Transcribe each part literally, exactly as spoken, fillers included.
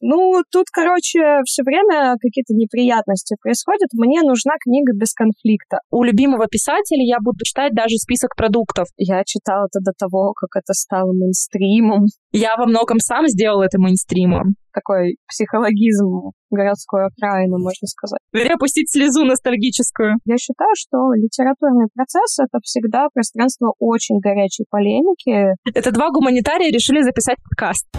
Ну, тут, короче, все время какие-то неприятности происходят. Мне нужна книга без конфликта. У любимого писателя я буду читать даже список продуктов. Я читала это до того, как это стало мейнстримом. Я во многом сам сделал это мейнстримом. Такой психологизм городской окраины, можно сказать. Или опустить слезу ностальгическую. Я считаю, что литературный процесс — это всегда пространство очень горячей полемики. Это два гуманитария решили записать подкаст.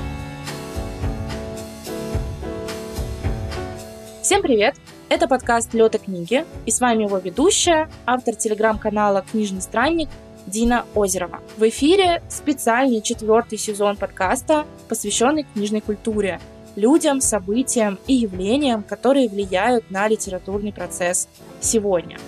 Всем привет! Это подкаст «Лёд и книги», и с вами его ведущая, автор телеграм-канала «Книжный странник» Дина Озерова. В эфире специальный четвертый сезон подкаста, посвященный книжной культуре, людям, событиям и явлениям, которые влияют на литературный процесс сегодня.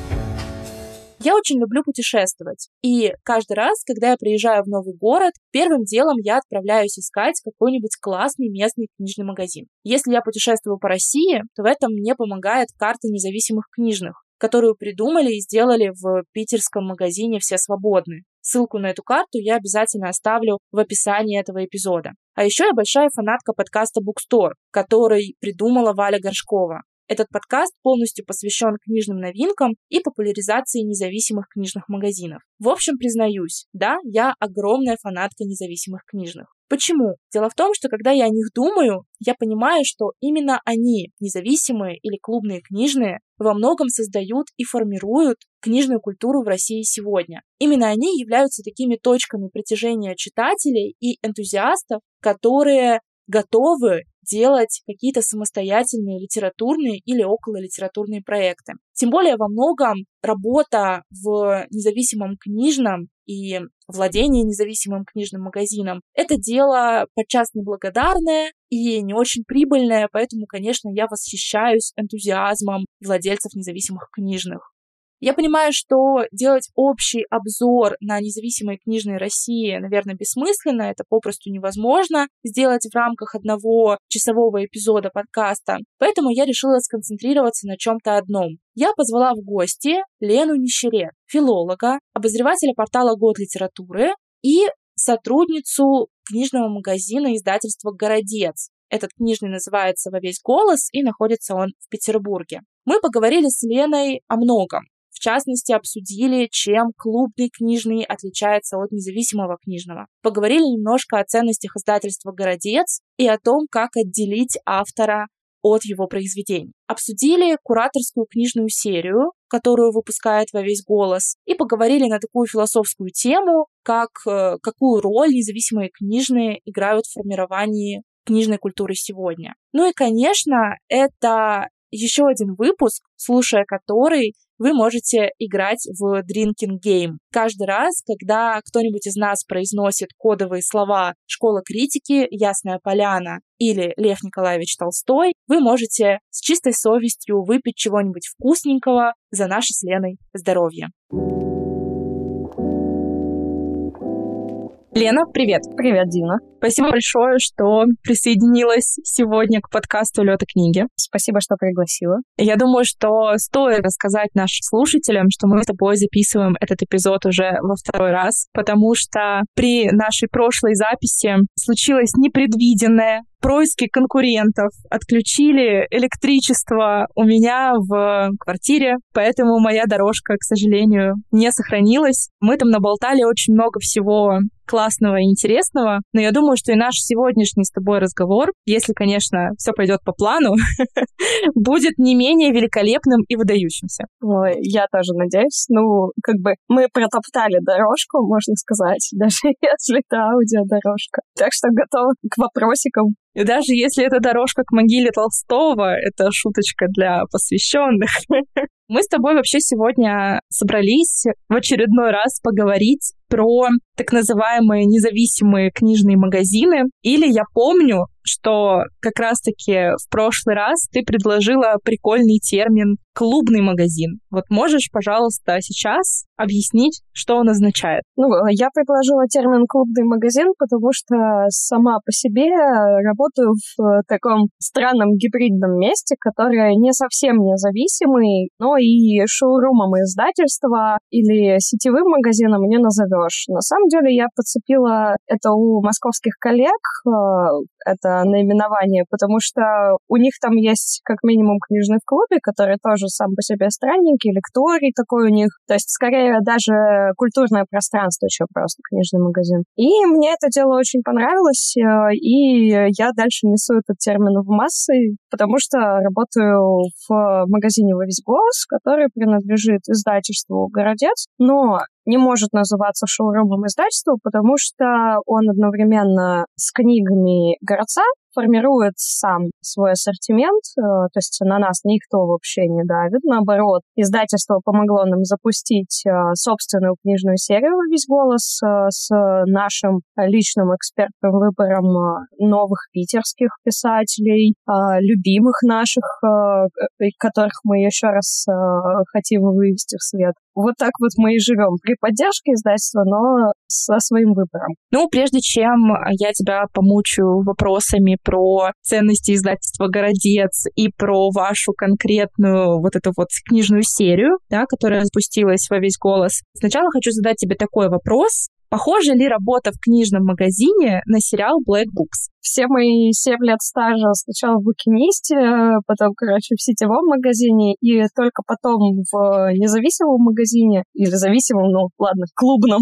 Я очень люблю путешествовать, и каждый раз, когда я приезжаю в новый город, первым делом я отправляюсь искать какой-нибудь классный местный книжный магазин. Если я путешествую по России, то в этом мне помогает карта независимых книжных, которую придумали и сделали в питерском магазине «Все свободны». Ссылку на эту карту я обязательно оставлю в описании этого эпизода. А еще я большая фанатка подкаста «Букстор», который придумала Валя Горшкова. Этот подкаст полностью посвящен книжным новинкам и популяризации независимых книжных магазинов. В общем, признаюсь, да, я огромная фанатка независимых книжных. Почему? Дело в том, что когда я о них думаю, я понимаю, что именно они, независимые или клубные книжные, во многом создают и формируют книжную культуру в России сегодня. Именно они являются такими точками притяжения читателей и энтузиастов, которые готовы делать какие-то самостоятельные литературные или окололитературные проекты. Тем более во многом работа в независимом книжном и владение независимым книжным магазином — это дело подчас неблагодарное и не очень прибыльное, поэтому, конечно, я восхищаюсь энтузиазмом владельцев независимых книжных. Я понимаю, что делать общий обзор на независимые книжные России, наверное, бессмысленно, это попросту невозможно сделать в рамках одного часового эпизода подкаста, поэтому я решила сконцентрироваться на чем-то одном. Я позвала в гости Лену Нищерет, филолога, обозревателя портала «Год литературы» и сотрудницу книжного магазина издательства «Городец». Этот книжный называется «Во весь голос», и находится он в Петербурге. Мы поговорили с Леной о многом. В частности, обсудили, чем клубный книжный отличается от независимого книжного. Поговорили немножко о ценностях издательства «Городец» и о том, как отделить автора от его произведений. Обсудили кураторскую книжную серию, которую выпускает «Во весь голос», и поговорили на такую философскую тему, как какую роль независимые книжные играют в формировании книжной культуры сегодня. Ну и, конечно, это еще один выпуск, слушая который вы можете играть в Drinking Game. Каждый раз, когда кто-нибудь из нас произносит кодовые слова «Школа критики», «Ясная поляна» или «Лев Николаевич Толстой», вы можете с чистой совестью выпить чего-нибудь вкусненького за наше с Леной здоровье. Лена, привет. Привет, Дина. Спасибо большое, что присоединилась сегодня к подкасту «Лёд и книги». Спасибо, что пригласила. Я думаю, что стоит рассказать нашим слушателям, что мы с тобой записываем этот эпизод уже во второй раз, потому что при нашей прошлой записи случилось непредвиденное. Происки конкурентов отключили электричество у меня в квартире, поэтому моя дорожка, к сожалению, не сохранилась. Мы там наболтали очень много всего классного и интересного, но я думаю, что и наш сегодняшний с тобой разговор, если, конечно, все пойдет по плану, будет не менее великолепным и выдающимся. Ой, я тоже надеюсь. Ну, как бы мы протоптали дорожку, можно сказать, даже если это аудиодорожка. Так что готова к вопросикам. И даже если это дорожка к могиле Толстого, это шуточка для посвященных. Мы с тобой вообще сегодня собрались в очередной раз поговорить про так называемые независимые книжные магазины. Или я помню, что как раз-таки в прошлый раз ты предложила прикольный термин клубный магазин. Вот можешь, пожалуйста, сейчас объяснить, что он означает? Ну, я предложила термин «клубный магазин», потому что сама по себе работаю в таком странном гибридном месте, которое не совсем независимый, но и шоурумом издательства или сетевым магазином не назовешь. На самом деле я подцепила это у московских коллег, это наименование, потому что у них там есть как минимум книжный в клубе, который тоже сам по себе странненький, лекторий такой у них, то есть скорее даже культурное пространство, чем просто книжный магазин. И мне это дело очень понравилось, и я дальше несу этот термин в массы, потому что работаю в магазине «Во весь голос», который принадлежит издательству «Городец», но не может называться шоурумом издательства, потому что он одновременно с книгами «Городца» формирует сам свой ассортимент, то есть на нас никто вообще не давит. Наоборот, издательство помогло нам запустить собственную книжную серию «Во весь голос» с нашим личным экспертным выбором новых питерских писателей, любимых наших, которых мы еще раз хотим вывести в свет. Вот так вот мы и живем при поддержке издательства, но со своим выбором. Ну, прежде чем я тебя помучаю вопросами про ценности издательства «Городец» и про вашу конкретную вот эту вот книжную серию, да, которая запустилась во весь голос, сначала хочу задать тебе такой вопрос. Похожа ли работа в книжном магазине на сериал Black Books? Все мои семь лет стажа сначала в букинисте, потом, короче, в сетевом магазине, и только потом в независимом магазине, или зависимом, ну, ладно, клубном,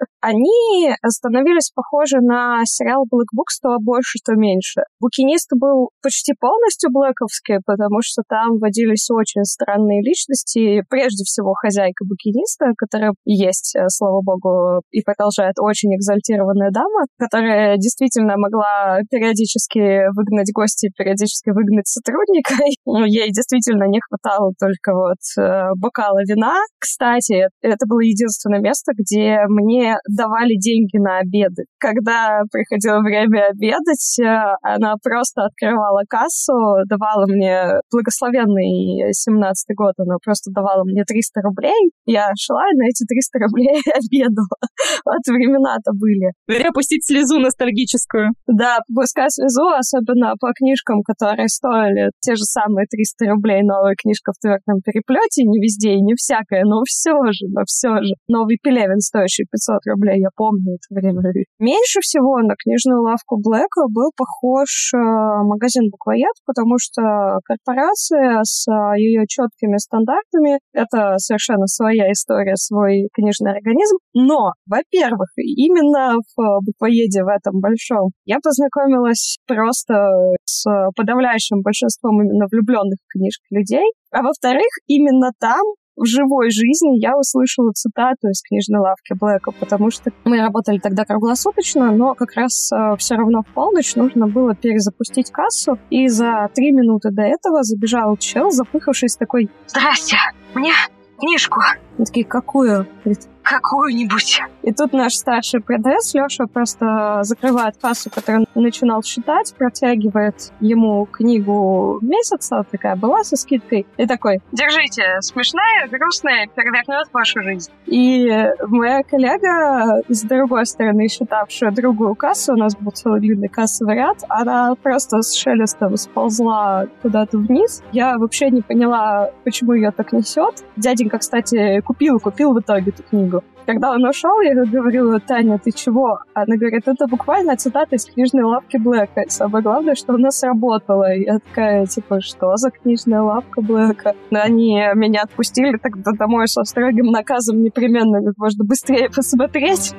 они становились похожи на сериал Black Books, то больше, то меньше. Букинист был почти полностью блэковский, потому что там водились очень странные личности. Прежде всего, хозяйка букиниста, которая есть, слава богу, и продолжает очень экзальтированная дама, которая действительно могла периодически выгнать гостей, периодически выгнать сотрудника. Ей действительно не хватало только вот бокала вина. Кстати, это было единственное место, где мне давали деньги на обеды. Когда приходило время обедать, она просто открывала кассу, давала мне благословенный семнадцатый год, она просто давала мне триста рублей. Я шла и на эти триста рублей обедала. Вот времена-то были. Или опустить слезу ностальгическую. Да, пускай слезу, особенно по книжкам, которые стоили те же самые триста рублей. Новая книжка в твердом переплете, не везде и не всякая, но все же, но все же. Новый Пелевин, стоящий пятьсот рублей, я помню это время. Меньше всего на книжную лавку Блэка был похож магазин «Буквоед», потому что корпорация с ее четкими стандартами — это совершенно своя история, свой книжный организм. Но, во-первых, именно в «Буквоеде» в этом большом я познакомилась просто с подавляющим большинством именно влюбленных в книжки людей. А во-вторых, именно там, в живой жизни, я услышала цитату из книжной лавки Блэка, потому что мы работали тогда круглосуточно, но как раз э, все равно в полночь нужно было перезапустить кассу, и за три минуты до этого забежал чел, запыхавшись, такой: «Здрасте, мне книжку». Мы такие: «Какую?» Говорит: «Какую-нибудь». И тут наш старший продавец Лёша просто закрывает кассу, которую он начинал считать, протягивает ему книгу месяца, такая была со скидкой, и такой: «Держите, смешная, грустная, перевернет вашу жизнь». И моя коллега, с другой стороны, считавшая другую кассу, у нас был целый длинный кассовый ряд, она просто с шелестом сползла куда-то вниз. Я вообще не поняла, почему ее так несет. Дяденька, кстати, купил, купил в итоге эту книгу. Когда он ушел, я говорила: «Таня, ты чего?» Она говорит: «Это буквально цитата из книжной лавки Блэка. Самое главное, что она сработала». И я такая, типа, что за книжная лавка Блэка? Они меня отпустили тогда домой со строгим наказом непременно как можно быстрее посмотреть.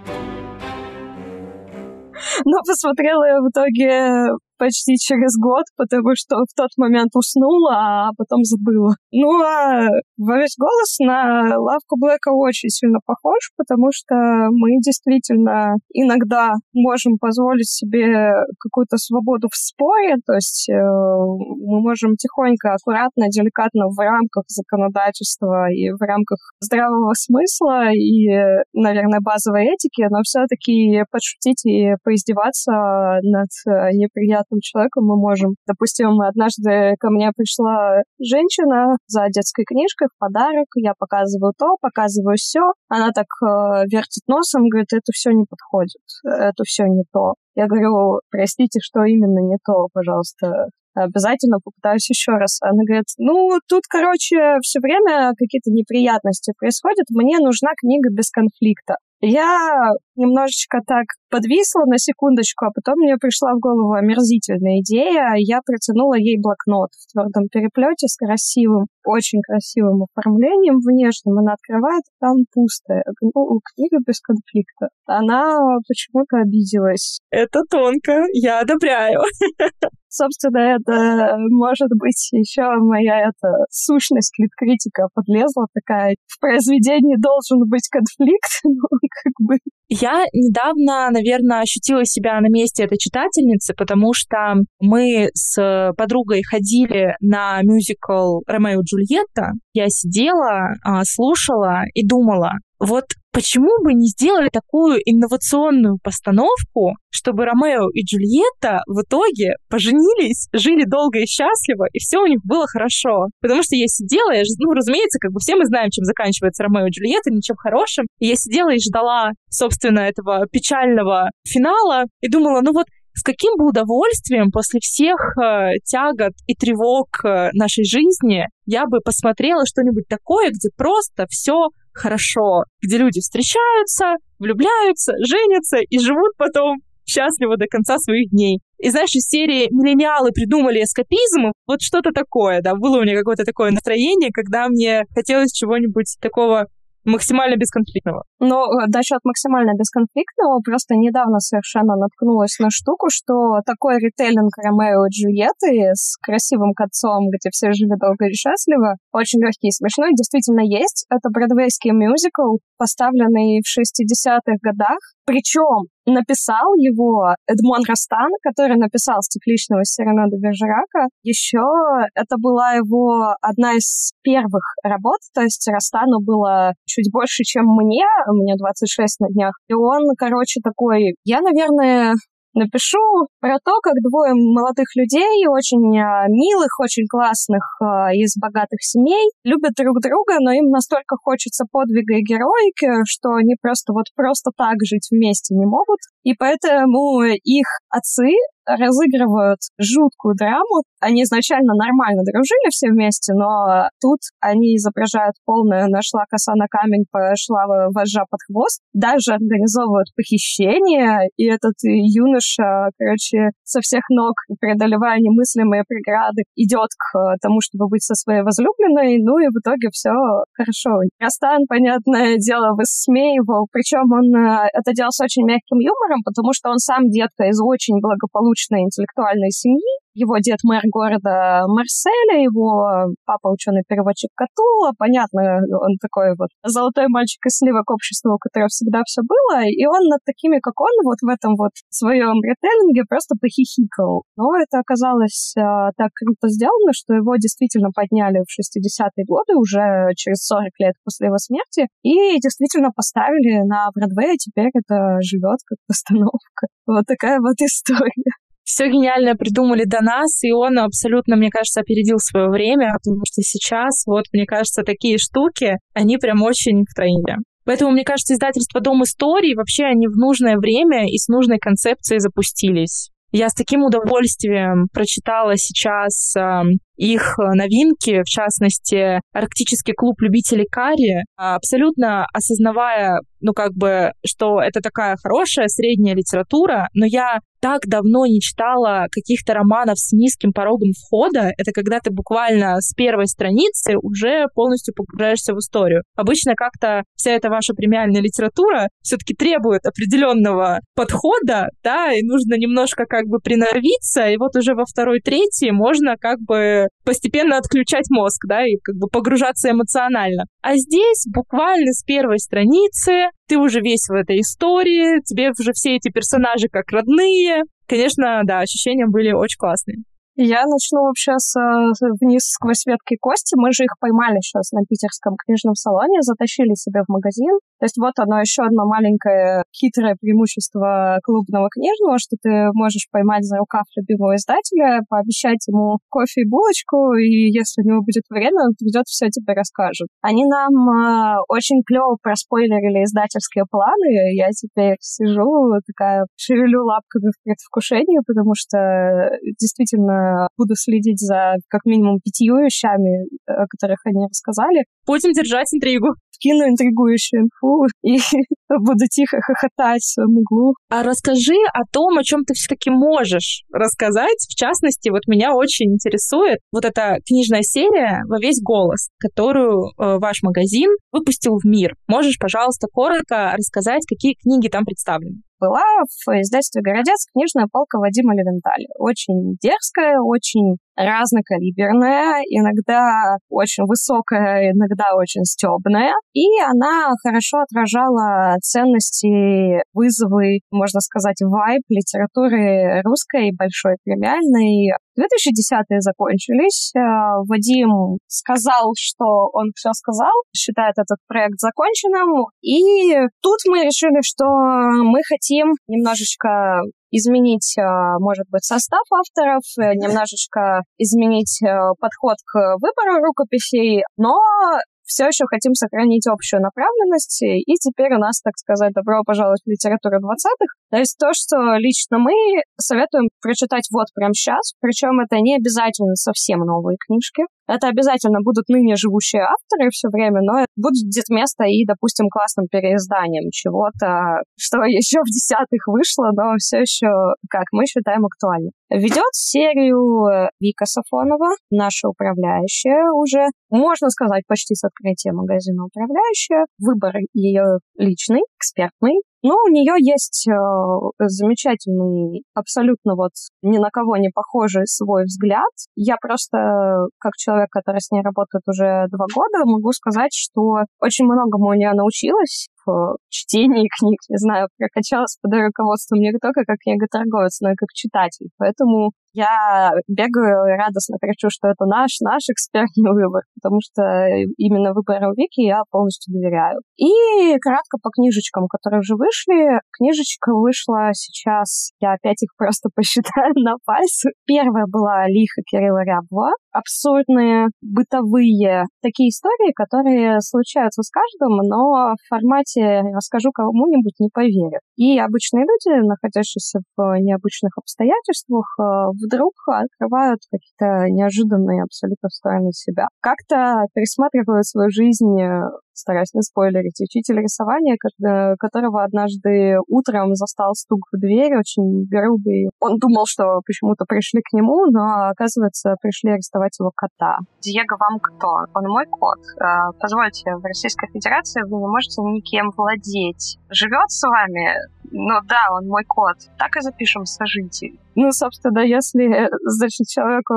Но посмотрела я в итоге почти через год, потому что в тот момент уснула, а потом забыла. Ну, а «Во весь голос» на лавку Блэка очень сильно похож, потому что мы действительно иногда можем позволить себе какую-то свободу в споре, то есть э, мы можем тихонько, аккуратно, деликатно в рамках законодательства и в рамках здравого смысла и, наверное, базовой этики, но все-таки подшутить и поиздеваться над неприятным адекватным человеком мы можем. Допустим, однажды ко мне пришла женщина за детской книжкой в подарок, я показываю то, показываю все, она так э, вертит носом, говорит, это все не подходит, это все не то. Я говорю, простите, что именно не то, пожалуйста, обязательно попытаюсь еще раз. Она говорит, ну, тут, короче, все время какие-то неприятности происходят, мне нужна книга без конфликта. Я немножечко так подвисла на секундочку, а потом мне пришла в голову омерзительная идея. Я протянула ей блокнот в твердом переплете с красивым, очень красивым оформлением внешним. Она открывает, там пусто. Я говорю, ну, книга без конфликта. Она почему-то обиделась. Это тонко, я одобряю. Собственно, это, может быть, еще моя эта сущность литкритика подлезла такая. В произведении должен быть конфликт, ну, как бы. Я недавно, наверное, ощутила себя на месте этой читательницы, потому что мы с подругой ходили на мюзикл «Ромео и Джульетта». Я сидела, слушала и думала, вот почему бы не сделать такую инновационную постановку, чтобы Ромео и Джульетта в итоге поженились, жили долго и счастливо, и все у них было хорошо. Потому что я сидела, я, ну, разумеется, как бы все мы знаем, чем заканчивается Ромео и Джульетта, ничем хорошим. И я сидела и ждала, собственно, этого печального финала, и думала, ну вот с каким бы удовольствием после всех э, тягот и тревог э, нашей жизни я бы посмотрела что-нибудь такое, где просто все хорошо, где люди встречаются, влюбляются, женятся и живут потом счастливо до конца своих дней. И знаешь, из серии «Миллениалы придумали эскапизм», вот что-то такое, да, было у меня какое-то такое настроение, когда мне хотелось чего-нибудь такого максимально бесконфликтного. Но насчет максимально бесконфликтного, просто недавно совершенно наткнулась на штуку, что такой ритейлинг Ромео и Джульетты с красивым концом, где все жили долго и счастливо, очень легкий и смешной, действительно есть. Это бродвейский мюзикл, поставленный в шестидесятых годах. Причем написал его Эдмон Ростан, который написал «Стекличного Сирано де Бержерака». Еще это была его одна из первых работ, то есть Ростану было чуть больше, чем мне, мне двадцать шесть на днях. И он, короче, такой, я, наверное, напишу про то, как двое молодых людей, очень э, милых, очень классных, э, из богатых семей, любят друг друга, но им настолько хочется подвига и героики, что они просто вот просто так жить вместе не могут. И поэтому их отцы разыгрывают жуткую драму. Они изначально нормально дружили все вместе, но тут они изображают полное «нашла коса на камень, пошла вожжа под хвост». Даже организовывают похищение, и этот юноша, короче, со всех ног, преодолевая немыслимые преграды, идет к тому, чтобы быть со своей возлюбленной, ну и в итоге все хорошо. Ростан, понятное дело, высмеивал, причем он это делал с очень мягким юмором, потому что он сам детка из очень благополучной интеллектуальной семьи. Его дед мэр города Марселя, его папа ученый-переводчик Катула. Понятно, он такой вот золотой мальчик из сливок общества, у которого всегда все было. И он над такими, как он, вот в этом вот своем ритейлинге просто похихикал. Но это оказалось а, так круто сделано, что его действительно подняли в шестидесятые годы, уже через сорок лет после его смерти, и действительно поставили на Бродвее. Теперь это живет как постановка. Вот такая вот история. Все гениально придумали до нас, и он абсолютно, мне кажется, опередил свое время, потому что сейчас, вот, мне кажется, такие штуки, они прям очень в тренде. Поэтому, мне кажется, издательство «Дом историй» вообще они в нужное время и с нужной концепцией запустились. Я с таким удовольствием прочитала сейчас э, их новинки, в частности, «Арктический клуб любителей карри», абсолютно осознавая, ну, как бы, что это такая хорошая средняя литература, но я так давно не читала каких-то романов с низким порогом входа. Это когда ты буквально с первой страницы уже полностью погружаешься в историю. Обычно как-то вся эта ваша премиальная литература все-таки требует определенного подхода, да, и нужно немножко как бы приноровиться, и вот уже во второй, третьей можно как бы постепенно отключать мозг, да, и как бы погружаться эмоционально. А здесь буквально с первой страницы ты уже весь в этой истории, тебе уже все эти персонажи как родные. Конечно, да, ощущения были очень классные. Я начну вообще с «Вниз сквозь ветки кости». Мы же их поймали сейчас на питерском книжном салоне, затащили себе в магазин. То есть вот оно еще одно маленькое хитрое преимущество клубного книжного, что ты можешь поймать за рукав любимого издателя, пообещать ему кофе и булочку, и если у него будет время, он придет, все тебе расскажет. Они нам э, очень клево проспойлерили издательские планы. Я теперь сижу такая, шевелю лапками в предвкушении, потому что действительно буду следить за как минимум пятью вещами, о которых они рассказали. Будем держать интригу. Кину интригующую инфу и буду тихо хохотать в своем углу. А расскажи о том, о чем ты все-таки можешь рассказать. В частности, вот меня очень интересует вот эта книжная серия «Во весь голос», которую э, ваш магазин выпустил в мир. Можешь, пожалуйста, коротко рассказать, какие книги там представлены? Была в издательстве «Городец» книжная полка Вадима Левенталя. Очень дерзкая, очень разнокалиберная, иногда очень высокая, иногда очень стёбная. И она хорошо отражала ценности, вызовы, можно сказать, вайб литературы русской, большой премиальной. две тысячи десятые закончились. Вадим сказал, что он все сказал, считает этот проект законченным. И тут мы решили, что мы хотим немножечко изменить, может быть, состав авторов, немножечко изменить подход к выбору рукописей, но все еще хотим сохранить общую направленность, и теперь у нас, так сказать, добро пожаловать в литературу двадцатых. То есть то, что лично мы советуем прочитать вот прямо сейчас, причем это не обязательно совсем новые книжки. Это обязательно будут ныне живущие авторы все время, но будет место и, допустим, классным переизданием чего-то, что еще в десятых вышло, но все еще, как мы считаем, актуально. Ведет серию Вика Сафонова, наша управляющая уже, можно сказать, почти с открытия магазина управляющая. Выбор ее личный, экспертный. Но у нее есть э, замечательный, абсолютно вот ни на кого не похожий свой взгляд. Я просто, как человек, который с ней работает уже два года, могу сказать, что очень многому у нее научилась в чтении книг. Не знаю, прокачалась под руководством не только как книготорговец, но и как читатель. Поэтому я бегаю и радостно кричу, что это наш, наш экспертный выбор, потому что именно выбору Вики я полностью доверяю. И кратко по книжечкам, которые уже вышли. Книжечка вышла сейчас, я опять их просто посчитаю на пальцах. Первая была «Лихо» Кирилла Рябова. Абсурдные, бытовые такие истории, которые случаются с каждым, но в формате «расскажу кому-нибудь» не поверят. И обычные люди, находящиеся в необычных обстоятельствах, вдруг открывают какие-то неожиданные абсолютно стороны себя. Как-то пересматривают свою жизнь, стараюсь не спойлерить, учитель рисования, когда, которого однажды утром застал стук в дверь, очень грубый. Он думал, что почему-то пришли к нему, но, оказывается, пришли арестовать его кота. Диего вам кто? Он мой кот. Позвольте, в Российской Федерации вы не можете никем владеть. Живет с вами? Ну да, он мой кот. Так и запишем сожитель. Ну, собственно, если, значит, человеку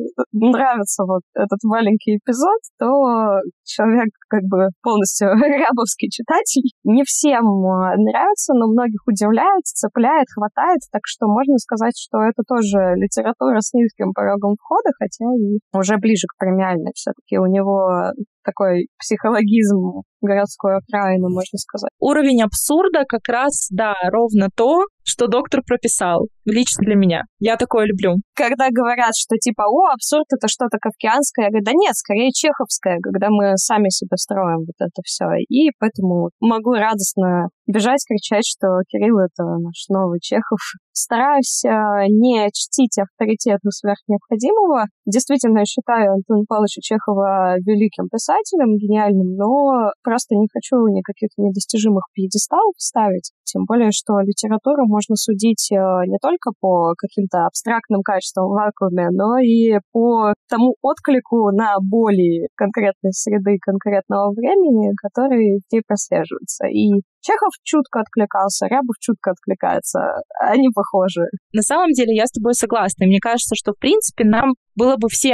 нравится вот этот маленький эпизод, то человек как бы полностью рябовский читатель. Не всем нравится, но многих удивляет, цепляет, хватает. Так что можно сказать, что это тоже литература с низким порогом входа, хотя и уже ближе к премиальной. Все-таки у него такой психологизм городской окраины, можно сказать. Уровень абсурда как раз, да, ровно то, что доктор прописал. Лично для меня. Я такое люблю. Когда говорят, что типа, о, абсурд — это что-то кавказское, я говорю, да нет, скорее чеховское, когда мы сами себе строим вот это все. И поэтому могу радостно бежать, кричать, что Кирилл — это наш новый Чехов. Стараюсь не чтить авторитету сверх необходимого. Действительно, я считаю Антона Павловича Чехова великим писателем, гениальным, но просто не хочу никаких недостижимых пьедесталов ставить. Тем более, что литературу можно судить не только по каким-то абстрактным качествам в вакууме, но и по тому отклику на боли конкретной среды, конкретного времени, который в ней прослеживается. И Чехов чутко откликался, Рябов чутко откликается. Они похожи. На самом деле я с тобой согласна. Мне кажется, что, в принципе, нам было бы всем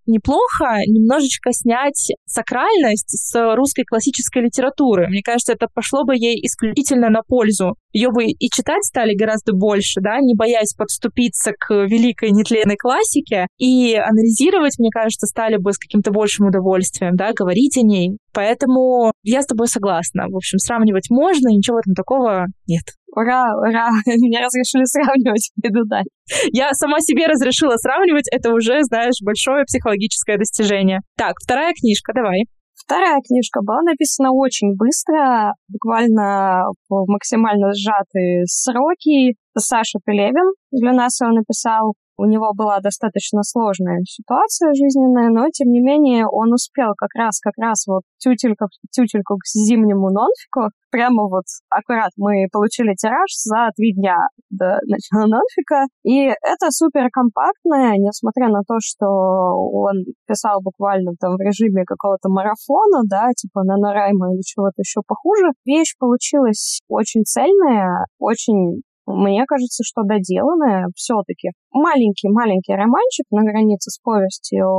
неплохо немножечко снять сакральность с русской классической литературы. Мне кажется, это пошло бы ей исключительно на пользу. Ее бы и читать стали гораздо больше, да, не боясь подступиться к великой нетленной классике, и анализировать, мне кажется, стали бы с каким-то большим удовольствием, да, говорить о ней. Поэтому я с тобой согласна. В общем, сравнивать можно, ничего в этом такого нет. Ура, ура, мне разрешили сравнивать, иду дальше. Я сама себе разрешила сравнивать, это уже, знаешь, большое психологическое достижение. Так, вторая книжка, давай. Вторая книжка была написана очень быстро, буквально в максимально сжатые сроки. Саша Пелевин для нас его написал. У него была достаточно сложная ситуация жизненная, но, тем не менее, он успел как раз, как раз вот тютелька в тютельку к зимнему нонфику. Прямо вот аккурат мы получили тираж за три дня до начала нонфика. И это супер компактное, несмотря на то, что он писал буквально там в режиме какого-то марафона, да, типа NaNoWriMo или чего-то еще похуже. Вещь получилась очень цельная, очень... Мне кажется, что доделанная все-таки. Маленький-маленький романчик на границе с повестью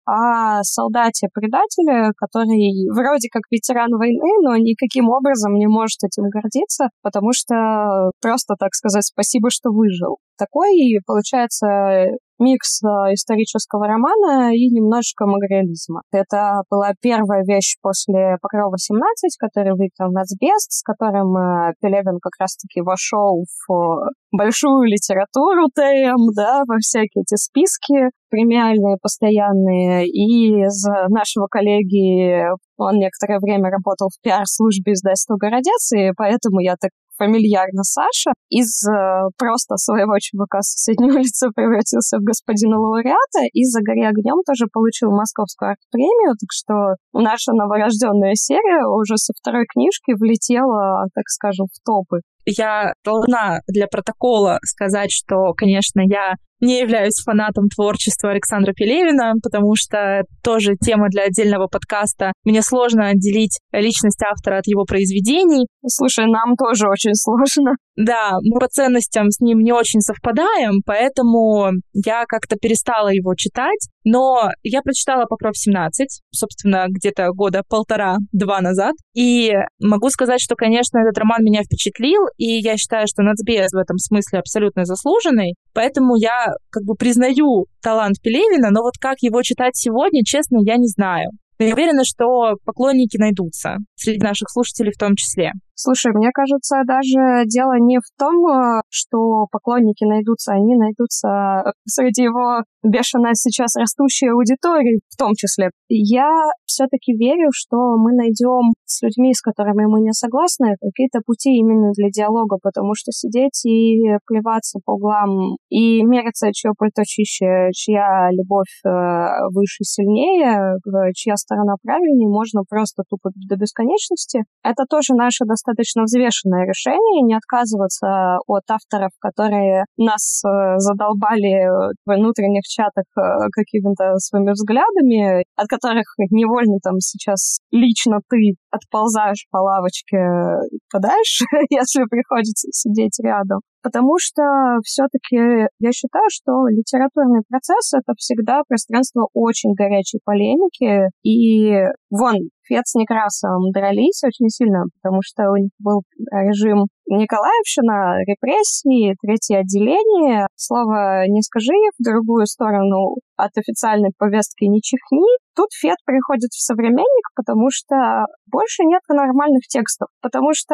о солдате-предателе, который вроде как ветеран войны, но никаким образом не может этим гордиться, потому что просто, так сказать, спасибо, что выжил. Такой, получается, микс исторического романа и немножечко магреализма. Это была первая вещь после «Покрова семнадцать», который выиграл «Нацбест», с которым Пелевин как раз-таки вошел в большую литературу ТМ, да, во всякие эти списки премиальные, постоянные. И из нашего коллеги он некоторое время работал в пиар-службе издательства «Городец», и поэтому я так фамильярно Саша из э, просто своего чувака с соседней улицы превратился в господина лауреата, и «За горе огнем» тоже получил Московскую арт-премию, так что наша новорожденная серия уже со второй книжки влетела, так скажем, в топы. Я должна для протокола сказать, что, конечно, я не являюсь фанатом творчества Александра Пелевина, потому что тоже тема для отдельного подкаста. Мне сложно отделить личность автора от его произведений. Слушай, нам тоже очень сложно. Да, мы по ценностям с ним не очень совпадаем, поэтому я как-то перестала его читать. Но я прочитала «Покров семнадцать», собственно, где-то года полтора-два назад. И могу сказать, что, конечно, этот роман меня впечатлил, и я считаю, что Нацбест в этом смысле абсолютно заслуженный. Поэтому я как бы признаю талант Пелевина, но вот как его читать сегодня, честно, я не знаю. Но я уверена, что поклонники найдутся, среди наших слушателей в том числе. Слушай, мне кажется, даже дело не в том, что поклонники найдутся, они найдутся среди его бешено сейчас растущей аудитории в том числе. Я все-таки верю, что мы найдем с людьми, с которыми мы не согласны, какие-то пути именно для диалога, потому что сидеть и плеваться по углам и мериться, чье пальто чище, чья любовь выше, сильнее, чья сторона правильнее, можно просто тупо до бесконечности. Это тоже наше достаточно взвешенное решение, не отказываться от авторов, которые нас задолбали в внутренних чатах какими-то своими взглядами, от которых невольно там сейчас лично ты отползаешь по лавочке подальше, если приходится сидеть рядом. Потому что все-таки я считаю, что литературный процесс — это всегда пространство очень горячей полемики. И вон, Фет с Некрасовым дрались очень сильно, потому что у них был режим Николаевщина, репрессии, третье отделение. Слово «не скажи» в другую сторону от официальной повестки «не чихни». Тут Фет приходит в современник, потому что больше нет нормальных текстов. Потому что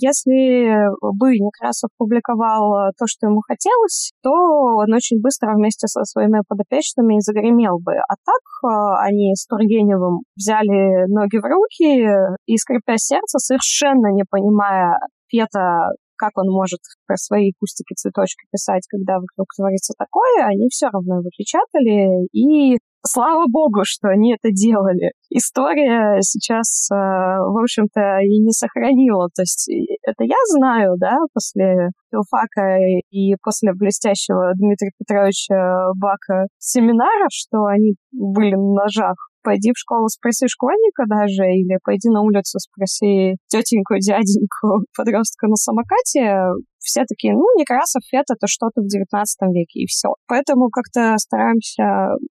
если бы Некрасов публиковал то, что ему хотелось, то он очень быстро вместе со своими подопечными загремел бы. А так они с Тургеневым взяли ноги в руки и, скрипя сердце, совершенно не понимая Фета, как он может про свои кустики-цветочки писать, когда вокруг творится такое, они все равно его печатали, и слава богу, что они это делали. История сейчас, в общем-то, и не сохранила. То есть это я знаю, да, после филфака и после блестящего Дмитрия Петровича Бака семинара, что они были на ножах. Пойди в школу, спроси школьника даже, или пойди на улицу, спроси тетеньку, дяденьку, подростка на самокате. Все такие, ну, Некрасов, Фет — это что-то в девятнадцатом веке, и все. Поэтому как-то стараемся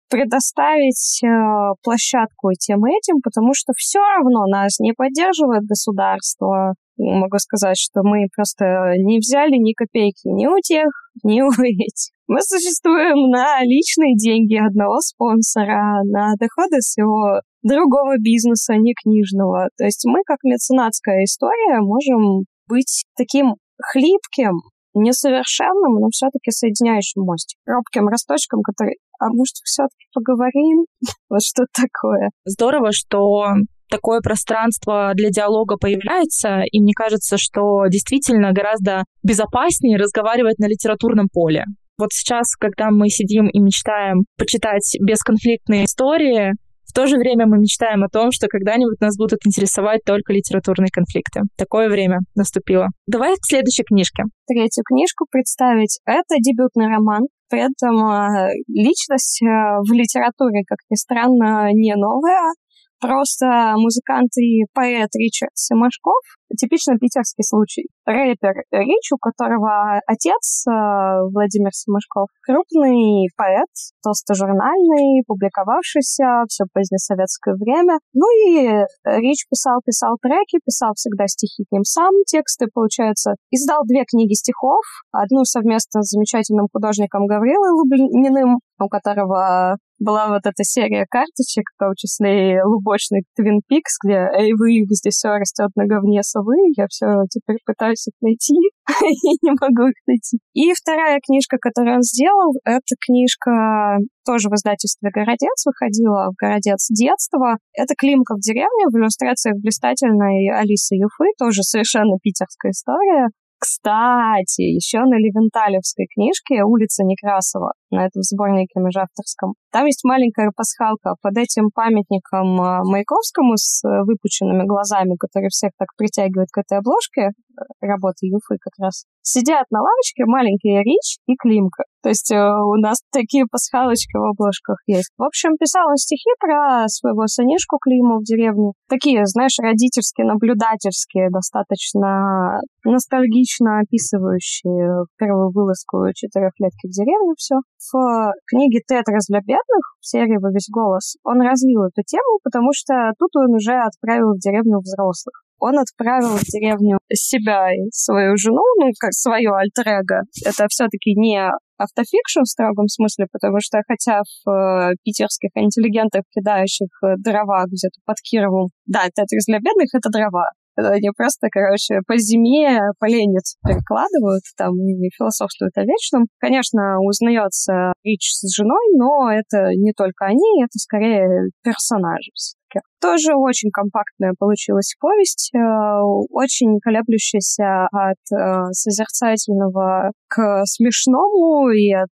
предоставить э, площадку тем этим, потому что все равно нас не поддерживает государство. Могу сказать, что мы просто не взяли ни копейки ни у тех, ни у этих. Мы существуем на личные деньги одного спонсора, на доходы своего другого бизнеса, не книжного. То есть мы, как меценатская история, можем быть таким хлипким, несовершенным, но все-таки соединяющим мостик. Робким росточком, который... А может, все-таки поговорим? Вот что такое. Здорово, что такое пространство для диалога появляется, и мне кажется, что действительно гораздо безопаснее разговаривать на литературном поле. Вот сейчас, когда мы сидим и мечтаем почитать бесконфликтные истории, в то же время мы мечтаем о том, что когда-нибудь нас будут интересовать только литературные конфликты. Такое время наступило. Давай к следующей книжке. Третью книжку представить. Это дебютный роман. При этом личность в литературе, как ни странно, не новая. Просто музыкант и поэт Ричард Семашков. Типично питерский случай. Рэпер Рич, у которого отец Владимир Семашков, крупный поэт, толстожурнальный, публиковавшийся все позднесоветское время. Ну и Рич писал-писал треки, писал всегда стихи к ним сам, тексты, получается. Издал две книги стихов, одну совместно с замечательным художником Гаврилой Лубниным, у которого была вот эта серия карточек, в том числе и лубочный Twin Peaks, где «Эй, вы, здесь все растет на говне совы». Я все теперь пытаюсь их найти и не могу их найти. И вторая книжка, которую он сделал, это книжка тоже в издательстве «Городец», выходила в «Городец детства». Это «Климка в деревне» в иллюстрациях блистательной Алисы Юфы, тоже совершенно питерская история. Кстати, еще на Левенталевской книжке «Улица Некрасова», на этом сборнике межавторском, там есть маленькая пасхалка под этим памятником Маяковскому с выпученными глазами, который всех так притягивает к этой обложке, работы Юфы как раз. Сидят на лавочке маленькие Рич и Климка. То есть у нас такие пасхалочки в обложках есть. В общем, писал он стихи про своего сынишку Климу в деревне. Такие, знаешь, родительские, наблюдательские, достаточно ностальгично описывающие первую вылазку четырехлетки в деревню все. В книге «Тетрис для бедных» в серии «Во весь голос» он развил эту тему, потому что тут он уже отправил в деревню взрослых. Он отправил в деревню себя и свою жену, ну, как свое альтер-эго. Это все-таки не автофикшн в строгом смысле, потому что хотя в э, питерских интеллигентах, кидающих дрова где-то под Кировом, да, «Тетрис для бедных» — это дрова. Они просто, короче, по зиме поленец перекладывают там и философствуют о вечном. Конечно, узнается Рич с женой, но это не только они, это скорее персонажи все-таки. Тоже очень компактная получилась повесть, очень колеблющаяся от созерцательного к смешному и от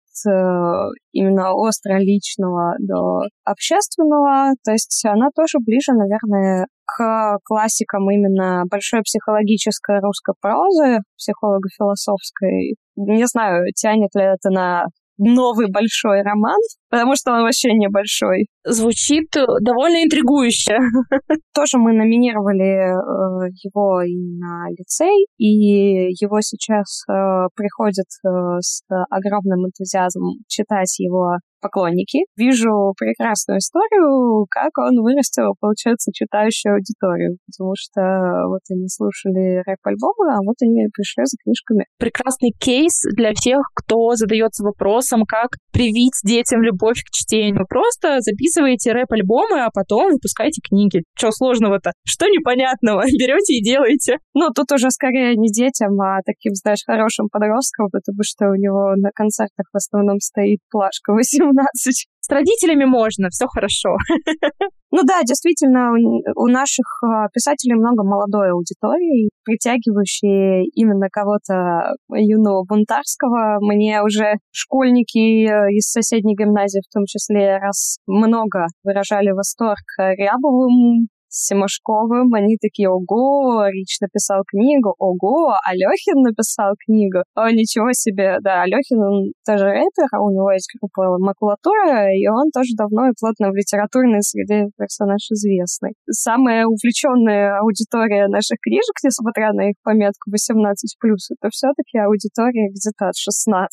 именно остро личного до общественного. То есть она тоже ближе, наверное, к классикам именно большой психологической русской прозы, психолого-философской. Не знаю, тянет ли это на новый большой роман, потому что он вообще небольшой. Звучит довольно интригующе. Тоже мы номинировали э, его и на лицей, и его сейчас э, приходят э, с огромным энтузиазмом читать его поклонники. Вижу прекрасную историю, как он вырастил, получается, читающую аудиторию, потому что вот они слушали рэп-альбомы, а вот они пришли за книжками. Прекрасный кейс для тех, кто задается вопросом, как привить детям любовь к чтению. Просто записываете рэп-альбомы, а потом выпускаете книги. Что сложного-то? Что непонятного? Берете и делаете. Ну, тут уже скорее не детям, а таким, знаешь, хорошим подросткам, потому что у него на концертах в основном стоит плашка восемнадцать. С родителями можно, все хорошо. Ну да, действительно, у наших писателей много молодой аудитории, притягивающей именно кого-то юного бунтарского. Мне уже школьники из соседней гимназии, в том числе, раз много выражали восторг Рябовым, Семашковым. Они такие: ого, Рич написал книгу, ого, Алёхин написал книгу. О, ничего себе, да, Алёхин, он тоже рэпер, а у него есть группа «Макулатура», и он тоже давно и плотно в литературной среде персонаж известный. Самая увлеченная аудитория наших книжек, несмотря на их пометку восемнадцать плюс, это все-таки аудитория где-то от шестнадцати.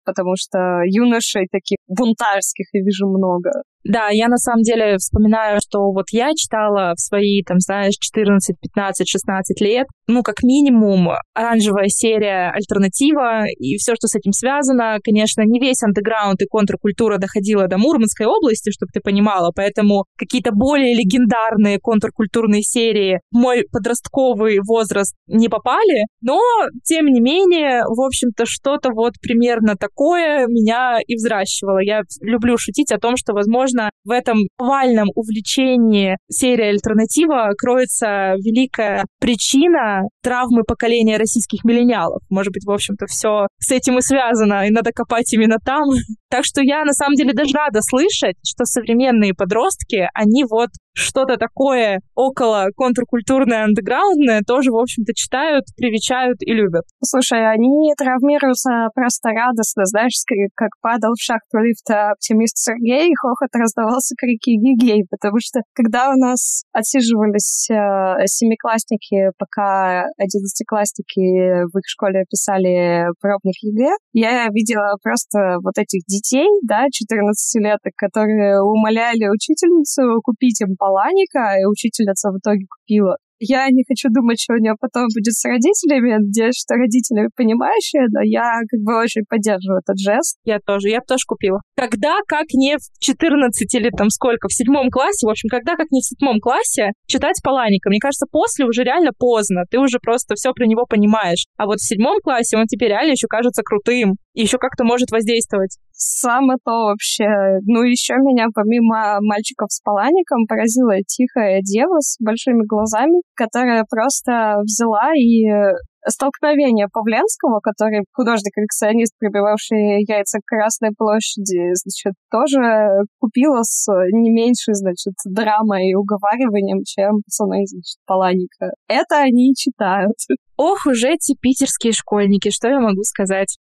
потому что юношей таких бунтарских я вижу много. Да, я на самом деле вспоминаю, что вот я читала в свои, там, знаешь, четырнадцать, пятнадцать, шестнадцать лет, ну, как минимум, оранжевая серия «Альтернатива» и все, что с этим связано. Конечно, не весь андеграунд и контркультура доходила до Мурманской области, чтобы ты понимала, поэтому какие-то более легендарные контркультурные серии в мой подростковый возраст не попали, но, тем не менее, в общем-то, что-то вот примерно такое меня и взращивало. Я люблю шутить о том, что, возможно, в этом повальном увлечении серии «Альтернатива» кроется великая причина травмы поколения российских миллениалов. Может быть, в общем-то, все с этим и связано, и надо копать именно там. Так что я, на самом деле, даже рада слышать, что современные подростки, они вот что-то такое около контркультурное, андеграундное тоже, в общем-то, читают, привечают и любят. Слушай, они травмируются просто радостно, знаешь, как падал в шахту лифта оптимист Сергей, и хохот раздавался крики гигей, потому что когда у нас отсиживались э, семиклассники, пока одиннадцатиклассники в их школе писали пробник ЕГЭ, я видела просто вот этих детей, да, четырнадцатилеток, которые умоляли учительницу купить им Паланика, и учительница в итоге купила. Я не хочу думать, что у нее потом будет с родителями. Я надеюсь, что родители понимающие, но я как бы очень поддерживаю этот жест. Я тоже, я бы тоже купила. Когда, как не в четырнадцати или там сколько, в седьмом классе, в общем, когда, как не в седьмом классе, читать Паланика. Мне кажется, после уже реально поздно. Ты уже просто все про него понимаешь. А вот в седьмом классе он теперь реально еще кажется крутым. И еще как-то может воздействовать. Самое то вообще. Ну, еще меня, помимо мальчиков с Палаником, поразила тихая дева с большими глазами, которая просто взяла и столкновение Павленского, который художник-коллекционист, прибивавший яйца к Красной площади, значит, тоже купила с не меньшей, значит, драмой и уговариванием, чем пацаны, значит, Паланика. Это они читают. Ох уж эти питерские школьники, что я могу сказать?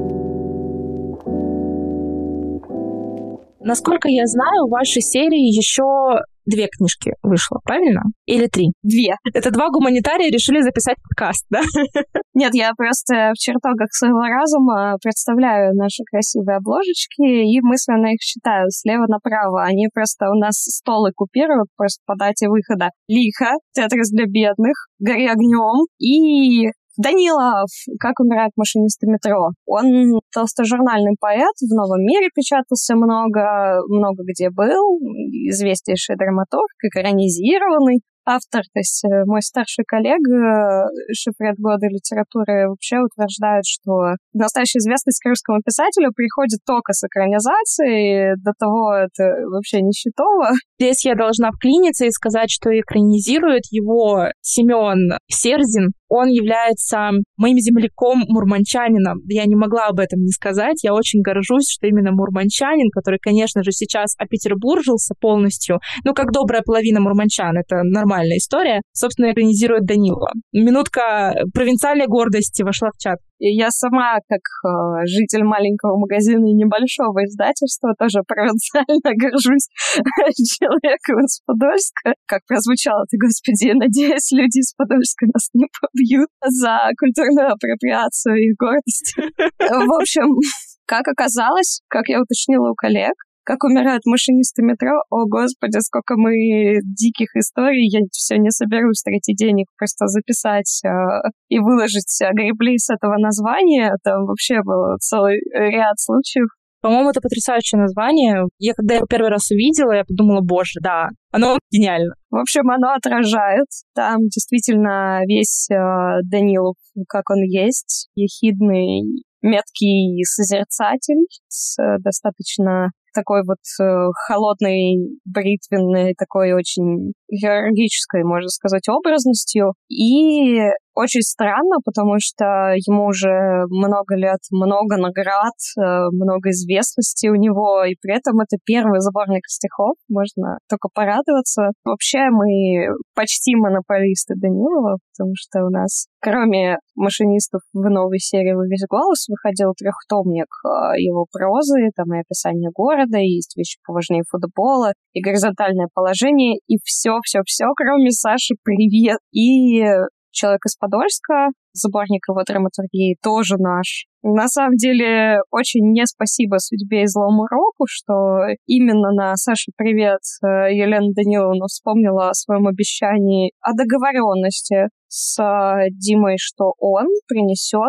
Насколько я знаю, в вашей серии еще две книжки вышло, правильно? Или три? Две. Это два гуманитария решили записать подкаст, да? Нет, я просто в чертогах своего разума представляю наши красивые обложечки и мысленно их читаю слева направо. Они просто у нас столы купируют просто по дате выхода. Лихо, Тетрис для бедных, Гори огнем и Данилов, как умирают машинисты метро. Он толстожурнальный поэт, в «Новом мире» печатался много, много где был, известнейший драматург, экранизированный автор, то есть мой старший коллега, шефред года литературы, вообще утверждает, что настоящая известность к русскому писателю приходит только с экранизацией, до того это вообще нищетово. Здесь я должна вклиниться и сказать, что экранизирует его Семен Серзин. Он является моим земляком-мурманчанином. Я не могла об этом не сказать. Я очень горжусь, что именно мурманчанин, который, конечно же, сейчас опетербуржился полностью, ну, как добрая половина мурманчан, это нормальная история, собственно, экранизирует Данилова. Минутка провинциальной гордости вошла в чат. И я сама, как э, житель маленького магазина и небольшого издательства, тоже провинциально горжусь человеком из Подольска. Как прозвучало это, господи, надеюсь, люди из Подольска нас не побьют за культурную апроприацию и гордость. В общем, как оказалось, как я уточнила у коллег, как умирают машинисты метро. О, господи, сколько мы диких историй. Я все не соберусь третий денег просто записать э, и выложить гребли с этого названия. Там вообще был целый ряд случаев. По-моему, это потрясающее название. Я когда его первый раз увидела, я подумала, боже, да, оно гениально. В общем, оно отражает. Там действительно весь э, Данилов, как он есть, ехидный, меткий созерцатель с э, достаточно такой вот э, холодной, бритвенной, такой очень хирургической, можно сказать, образностью. И очень странно, потому что ему уже много лет, много наград, э, много известности у него, и при этом это первый сборник стихов, можно только порадоваться. Вообще мы почти монополисты Данилова, потому что у нас, кроме машинистов, в новой серии «Во весь голос» выходил трехтомник э, его прозы, там и описание города, и есть вещи поважнее футбола, и горизонтальное положение, и все-все-все, кроме Саши «Привет». И «Человек из Подольска», сборник его драматургии, тоже наш. На самом деле, очень не спасибо судьбе и злому року, что именно на «Саша, привет» Елена Даниловна вспомнила о своем обещании, о договоренности с Димой, что он принесет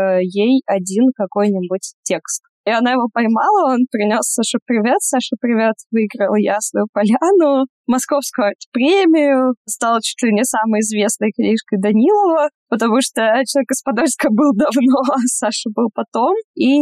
ей один какой-нибудь текст. И она его поймала, он принес «Саша, привет». «Саша, привет» выиграл «Ясную поляну», Московскую премию, стала чуть ли не самой известной книжкой Данилова, потому что «Человек из Подольска» был давно, а Саша был потом. И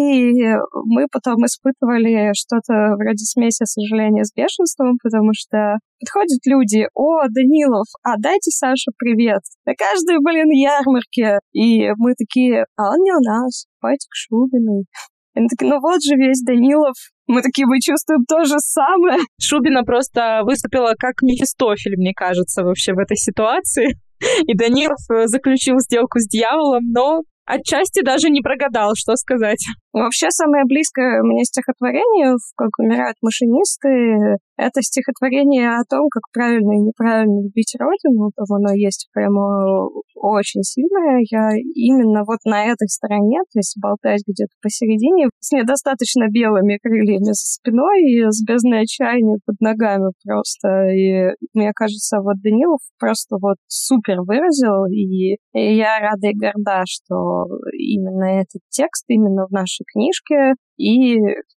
мы потом испытывали что-то вроде смеси сожаления с бешенством, потому что подходят люди: «О, Данилов, а дайте Саше привет». На каждой, блин, ярмарке. И мы такие: «А он не у нас, пойте к Шубиной». Они такие: «Ну вот же весь Данилов». Мы такие: «Мы чувствуем то же самое». Шубина просто выступила как Мефистофель, мне кажется, вообще в этой ситуации. И Данилов заключил сделку с дьяволом, но отчасти даже не прогадал, что сказать. Вообще, самое близкое мне стихотворение, как умирают машинисты, это стихотворение о том, как правильно и неправильно любить Родину. Там оно есть прямо очень сильное. Я именно вот на этой стороне, то есть болтаюсь где-то посередине, с недостаточно белыми крыльями за спиной и с бездной отчаяния под ногами просто. И мне кажется, вот Данилов просто вот супер выразил, и, и я рада и горда, что именно этот текст, именно в нашей книжке, и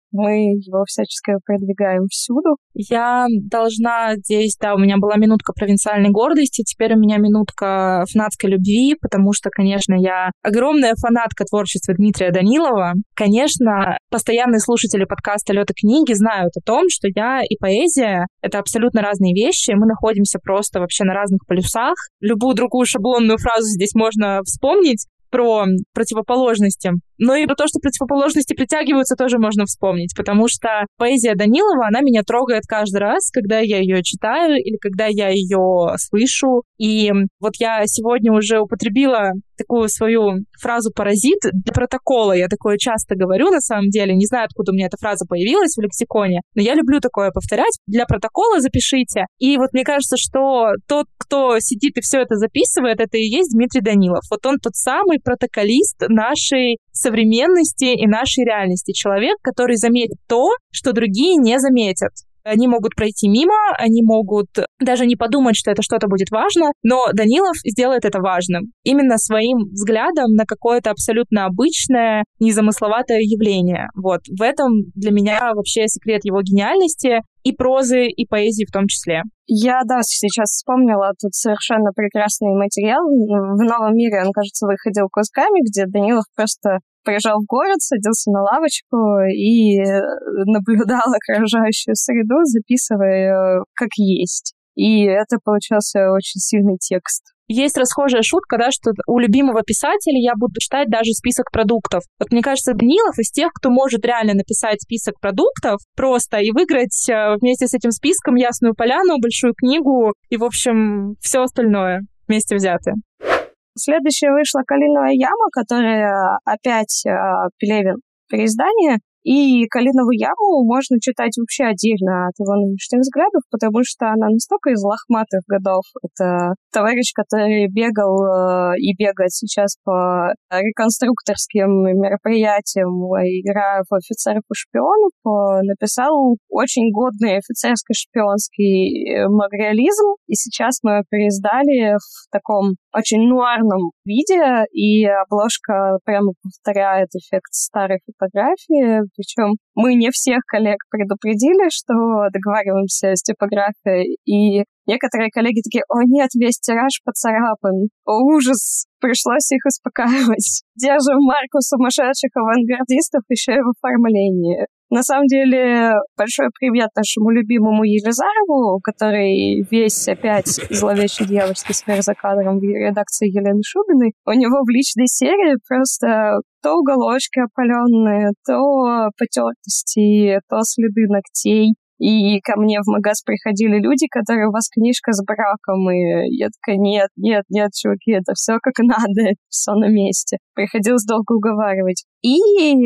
мы его всячески продвигаем всюду. Я должна здесь, да, у меня была минутка провинциальной гордости, теперь у меня минутка фанатской любви, потому что, конечно, я огромная фанатка творчества Дмитрия Данилова. Конечно, постоянные слушатели подкаста «Лёд и книги» знают о том, что я и поэзия — это абсолютно разные вещи, мы находимся просто вообще на разных полюсах. Любую другую шаблонную фразу здесь можно вспомнить про противоположности. Но и про то, что противоположности притягиваются, тоже можно вспомнить, потому что поэзия Данилова, она меня трогает каждый раз, когда я ее читаю или когда я ее слышу. И вот я сегодня уже употребила такую свою фразу «паразит» для протокола. Я такое часто говорю, на самом деле. Не знаю, откуда у меня эта фраза появилась в лексиконе, но я люблю такое повторять. Для протокола запишите. И вот мне кажется, что тот, кто сидит и все это записывает, это и есть Дмитрий Данилов. Вот он тот самый протоколист нашей современности и нашей реальности. Человек, который заметит то, что другие не заметят. Они могут пройти мимо, они могут даже не подумать, что это что-то будет важно, но Данилов сделает это важным. Именно своим взглядом на какое-то абсолютно обычное, незамысловатое явление. Вот. В этом для меня вообще секрет его гениальности и прозы, и поэзии в том числе. Я, да, сейчас вспомнила тут совершенно прекрасный материал. В «Новом мире» он, кажется, выходил кусками, где Данилов просто приезжал в город, садился на лавочку и наблюдал окружающую среду, записывая ее как есть. И это получался очень сильный текст. Есть расхожая шутка, да, что у любимого писателя я буду читать даже список продуктов. Вот мне кажется, Данилов из тех, кто может реально написать список продуктов просто и выиграть вместе с этим списком «Ясную поляну», большую книгу и, в общем, все остальное вместе взятое. Следующая вышла «Калиновая яма», которая опять э, Пелевин переиздание. И «Калиновую яму» можно читать вообще отдельно от его нынешних взглядов, потому что она настолько из лохматых годов. Это товарищ, который бегал э, и бегает сейчас по реконструкторским мероприятиям, играя в офицеров и шпионов, э, написал очень годный офицерско-шпионский магреализм. И сейчас мы его переиздали в таком очень нуарном виде, и обложка прямо повторяет эффект старой фотографии. Причем мы не всех коллег предупредили, что договариваемся с типографией, и некоторые коллеги такие: «О нет, весь тираж поцарапан, о ужас!» Пришлось их успокаивать. Держим марку сумасшедших авангардистов еще и в оформлении. На самом деле, большой привет нашему любимому Елизарову, который весь опять зловещий дьявольский сфер за кадром в редакции Елены Шубиной. У него в личной серии просто то уголочки опаленные, то потертости, то следы ногтей. И ко мне в магаз приходили люди, которые: «У вас книжка с браком». И я такая: нет, нет, нет, чуваки, это все как надо, это все на месте. Приходилось долго уговаривать. И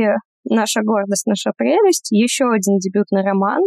«Наша гордость, наша прелесть». Еще один дебютный роман.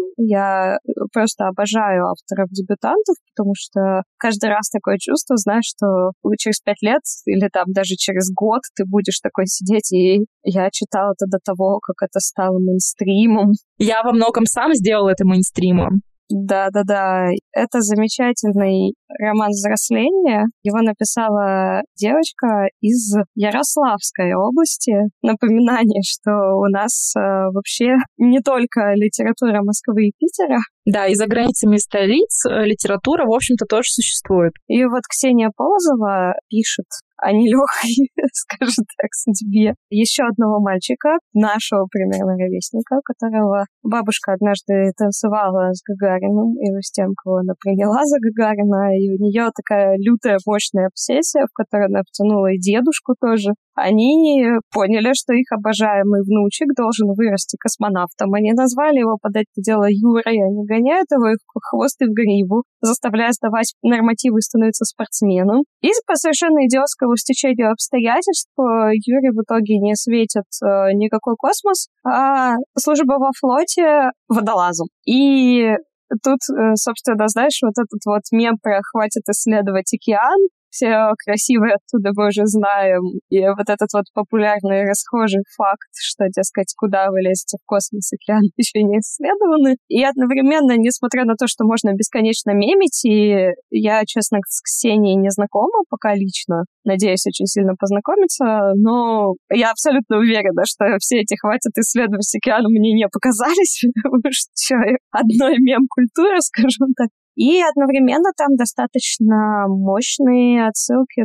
Я просто обожаю авторов-дебютантов, потому что каждый раз такое чувство, знаешь, что через пять лет или там даже через год ты будешь такой сидеть, и я читала это до того, как это стало мейнстримом. Я во многом сам сделала это мейнстримом. Да-да-да, это замечательный роман взросления. Его написала девочка из Ярославской области. Напоминание, что у нас э, вообще не только литература Москвы и Питера. Да, и за границами столиц литература, в общем-то, тоже существует. И вот Ксения Полозова пишет о нелегкой, скажем так, судьбе еще одного мальчика, нашего примерно ровесника, которого бабушка однажды танцевала с Гагариным, или с тем, кого она приняла за Гагарина, и у нее такая лютая, мощная обсессия, в которой она втянула и дедушку тоже. Они поняли, что их обожаемый внучек должен вырасти космонавтом. Они назвали его под это дело Юрой, они гоняют его и в хвост и в гриву, заставляя сдавать нормативы и становиться спортсменом. И по совершенно идиотскому стечению обстоятельств Юре в итоге не светит э, никакой космос, а служба во флоте водолазом. И тут, э, собственно, знаешь, вот этот вот мем про «хватит исследовать океан», все красивые оттуда мы уже знаем. И вот этот вот популярный расхожий факт, что, дескать, куда вы лезете в космос, океан еще не исследованы. И одновременно, несмотря на то, что можно бесконечно мемить, и я, честно, с Ксенией не знакома пока лично, надеюсь очень сильно познакомиться, но я абсолютно уверена, что все эти «хватит исследовать океан» мне не показались, потому что одной мем-культура, скажем так. И одновременно там достаточно мощные отсылки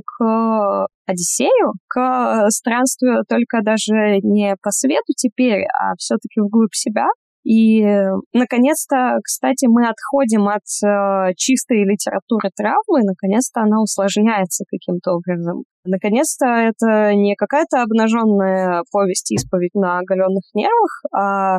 к Одиссею, к странствию только даже не по свету теперь, а все-таки вглубь себя. И, наконец-то, кстати, мы отходим от э, чистой литературы травмы, наконец-то она усложняется каким-то образом. Наконец-то это не какая-то обнаженная повесть-исповедь на оголенных нервах, а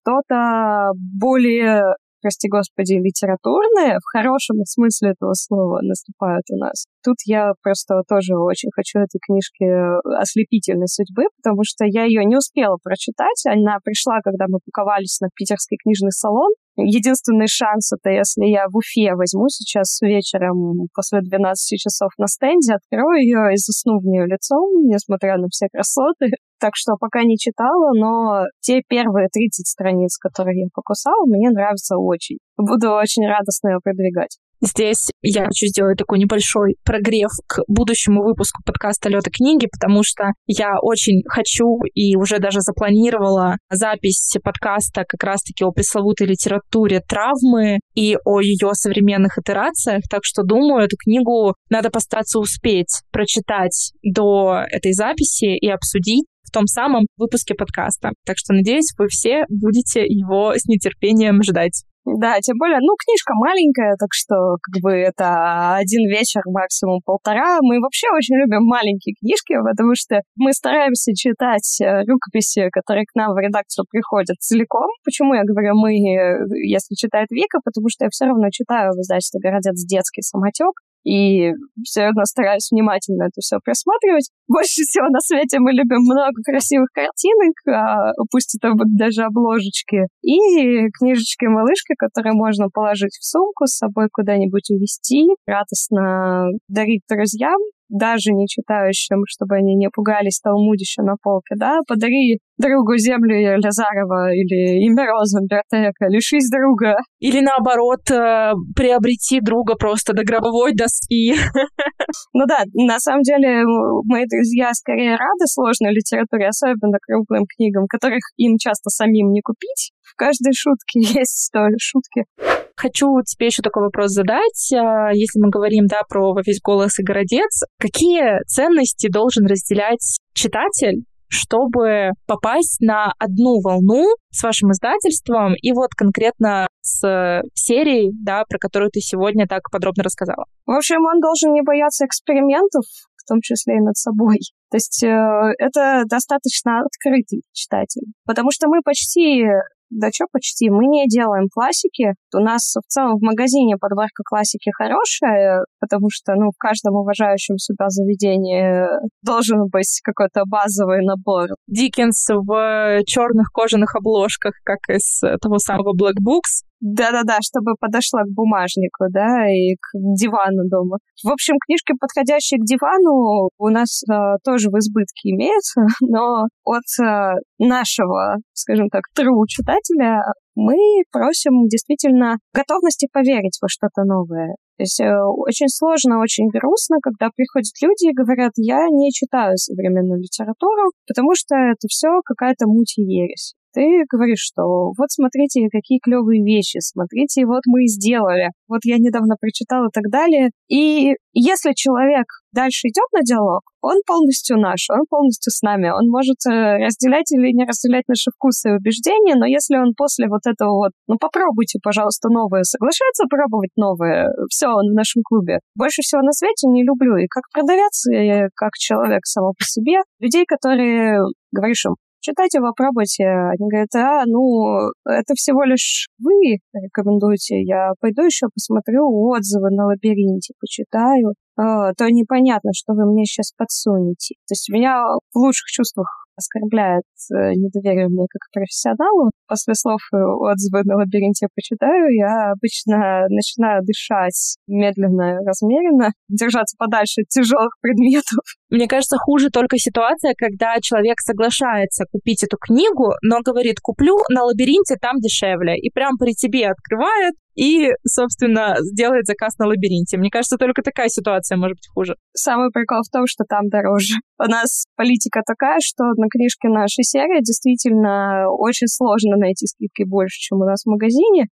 что-то более, прости господи, литературное, в хорошем смысле этого слова, наступает у нас. Тут я просто тоже очень хочу этой книжки «Ослепительной судьбы», потому что я ее не успела прочитать. Она пришла, когда мы паковались на питерский книжный салон. Единственный шанс — это если я в Уфе возьму сейчас вечером после двенадцати часов на стенде, открою ее и засну в нее лицом, несмотря на все красоты. Так что пока не читала, но те первые тридцать страниц, которые я покусала, мне нравятся очень. Буду очень радостно ее продвигать. Здесь я хочу сделать такой небольшой прогрев к будущему выпуску подкаста «Лёта книги», потому что я очень хочу и уже даже запланировала запись подкаста как раз-таки о пресловутой литературе травмы и о ее современных итерациях, так что, думаю, эту книгу надо постараться успеть прочитать до этой записи и обсудить в том самом выпуске подкаста. Так что, надеюсь, вы все будете его с нетерпением ждать. Да, тем более, ну, книжка маленькая, так что, как бы, это один вечер, максимум полтора. Мы вообще очень любим маленькие книжки, потому что мы стараемся читать рукописи, которые к нам в редакцию приходят целиком. Почему я говорю «мы», если читает Вика? Потому что я все равно читаю в издательстве «Городец» детский самотек. И все равно стараюсь внимательно это все просматривать. Больше всего на свете мы любим много красивых картинок, а, пусть это будут даже обложечки, и книжечки-малышки, которые можно положить в сумку, с собой куда-нибудь увезти, радостно дарить друзьям, даже не читающим, чтобы они не пугались талмудища на полке, да, подари другу землю Лязарова или имя Розенбертека, лишись друга. Или наоборот, приобрети друга просто до гробовой доски. Ну да, на самом деле мои друзья скорее рады сложной литературе, особенно крупным книгам, которых им часто самим не купить. В каждой шутке есть столь шутки. Хочу тебе еще такой вопрос задать. Если мы говорим, да, про «Во весь голос» и «Городец», какие ценности должен разделять читатель, чтобы попасть на одну волну с вашим издательством и вот конкретно с серией, да, про которую ты сегодня так подробно рассказала? В общем, он должен не бояться экспериментов, в том числе и над собой. То есть э, это достаточно открытый читатель, потому что мы почти Да что почти, мы не делаем классики. У нас в целом в магазине подборка классики хорошая, потому что, ну, в каждом уважающем себя заведении должен быть какой-то базовый набор. Диккенс в черных кожаных обложках, как из того самого Black Books. Да-да-да, чтобы подошла к бумажнику, да, и к дивану дома. В общем, книжки, подходящие к дивану, у нас э, тоже в избытке имеются, но от э, нашего, скажем так, true читателя мы просим действительно готовности поверить во что-то новое. То есть э, очень сложно, очень грустно, когда приходят люди и говорят: я не читаю современную литературу, потому что это все какая-то муть и ересь. Ты говоришь, что вот смотрите, какие клевые вещи, смотрите, вот мы сделали, вот я недавно прочитала и так далее. И если человек дальше идет на диалог, он полностью наш, он полностью с нами, он может разделять или не разделять наши вкусы и убеждения, но если он после вот этого вот, ну попробуйте, пожалуйста, новое, соглашается пробовать новое, все, он в нашем клубе. Больше всего на свете не люблю и как продавец, и как человек само по себе, людей, которые, говоришь им: читайте, попробуйте. Они говорят: а, ну, это всего лишь вы рекомендуете. Я пойду еще посмотрю отзывы на Лабиринте, почитаю. А, то непонятно, что вы мне сейчас подсунете. То есть меня в лучших чувствах оскорбляет недоверие мне как профессионалу. После слов отзывы на Лабиринте почитаю, я обычно начинаю дышать медленно и размеренно, держаться подальше от тяжелых предметов. Мне кажется, хуже только ситуация, когда человек соглашается купить эту книгу, но говорит: куплю на Лабиринте, там дешевле. И прям при тебе открывает и, собственно, сделает заказ на Лабиринте. Мне кажется, только такая ситуация может быть хуже. Самый прикол в том, что там дороже. У нас политика такая, что на книжке нашей серии действительно очень сложно найти скидки больше, чем у нас в магазине.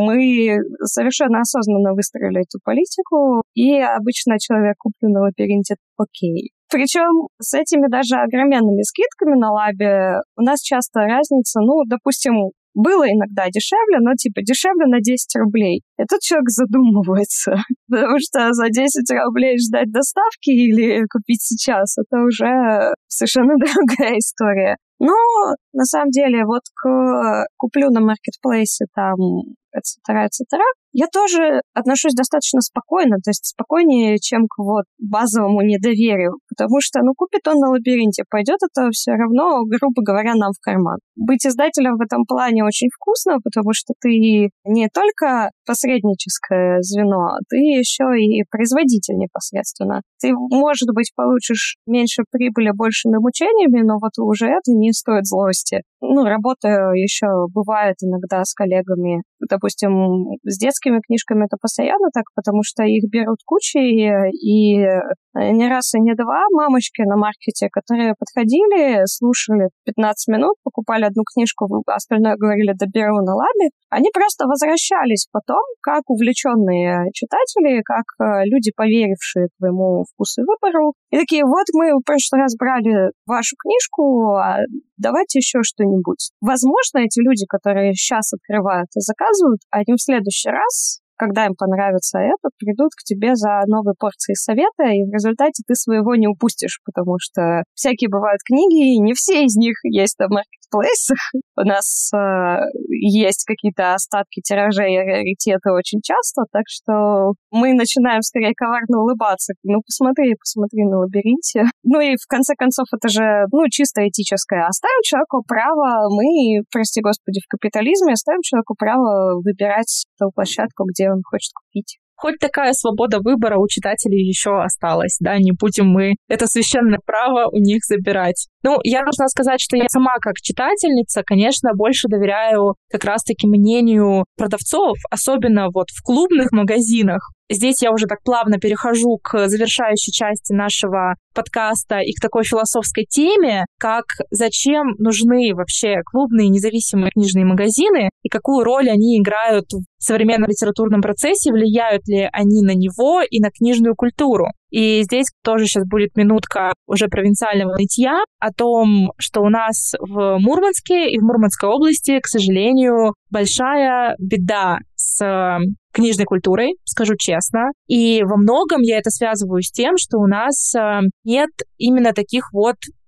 Мы совершенно осознанно выстроили эту политику, и обычно человек куплю на Лабиринте окей. Причем с этими даже огроменными скидками на Лабе у нас часто разница, ну, допустим, было иногда дешевле, но типа дешевле на десять рублей. И тут человек задумывается, потому что за десять рублей ждать доставки или купить сейчас — это уже совершенно другая история. Но на самом деле вот к куплю на маркетплейсе там et cetera, et cetera, я тоже отношусь достаточно спокойно, то есть спокойнее, чем к вот базовому недоверию, потому что, ну, купит он на Лабиринте, пойдет это все равно, грубо говоря, нам в карман. Быть издателем в этом плане очень вкусно, потому что ты не только посредническое звено, ты еще и производитель непосредственно. Ты, может быть, получишь меньше прибыли, большими мучениями, но вот уже это не стоит злости. Ну, работаю еще, бывает иногда с коллегами, допустим, с детскими книжками это постоянно так, потому что их берут кучей, и не раз и не два мамочки на маркете, которые подходили, слушали пятнадцать минут, покупали одну книжку, остальное говорили: да беру на Лабе, они просто возвращались потом, как увлеченные читатели, как люди, поверившие твоему вкусу и выбору, и такие: вот мы в прошлый раз брали вашу книжку, а давайте еще что-нибудь. Возможно, эти люди, которые сейчас открывают и заказывают, они в следующий раз, когда им понравится это, придут к тебе за новой порцией совета, и в результате ты своего не упустишь, потому что всякие бывают книги, и не все из них есть на маркетплейсах. У нас э, есть какие-то остатки тиражей и раритеты очень часто, так что мы начинаем скорее коварно улыбаться. Ну, посмотри, посмотри на Лабиринте. Ну и в конце концов, это же, ну, чисто этическое. Оставим человеку право, мы, прости господи, в капитализме оставим человеку право выбирать ту площадку, где он хочет купить. Хоть такая свобода выбора у читателей еще осталась, да, не будем мы это священное право у них забирать. Ну, я должна сказать, что я сама как читательница, конечно, больше доверяю как раз-таки мнению продавцов, особенно вот в клубных магазинах. Здесь я уже так плавно перехожу к завершающей части нашего подкаста и к такой философской теме, как зачем нужны вообще клубные независимые книжные магазины и какую роль они играют в современном литературном процессе, влияют ли они на него и на книжную культуру. И здесь тоже сейчас будет минутка уже провинциального нытья о том, что у нас в Мурманске и в Мурманской области, к сожалению, большая беда с книжной культурой, скажу честно. И во многом я это связываю с тем, что у нас нет именно таких вот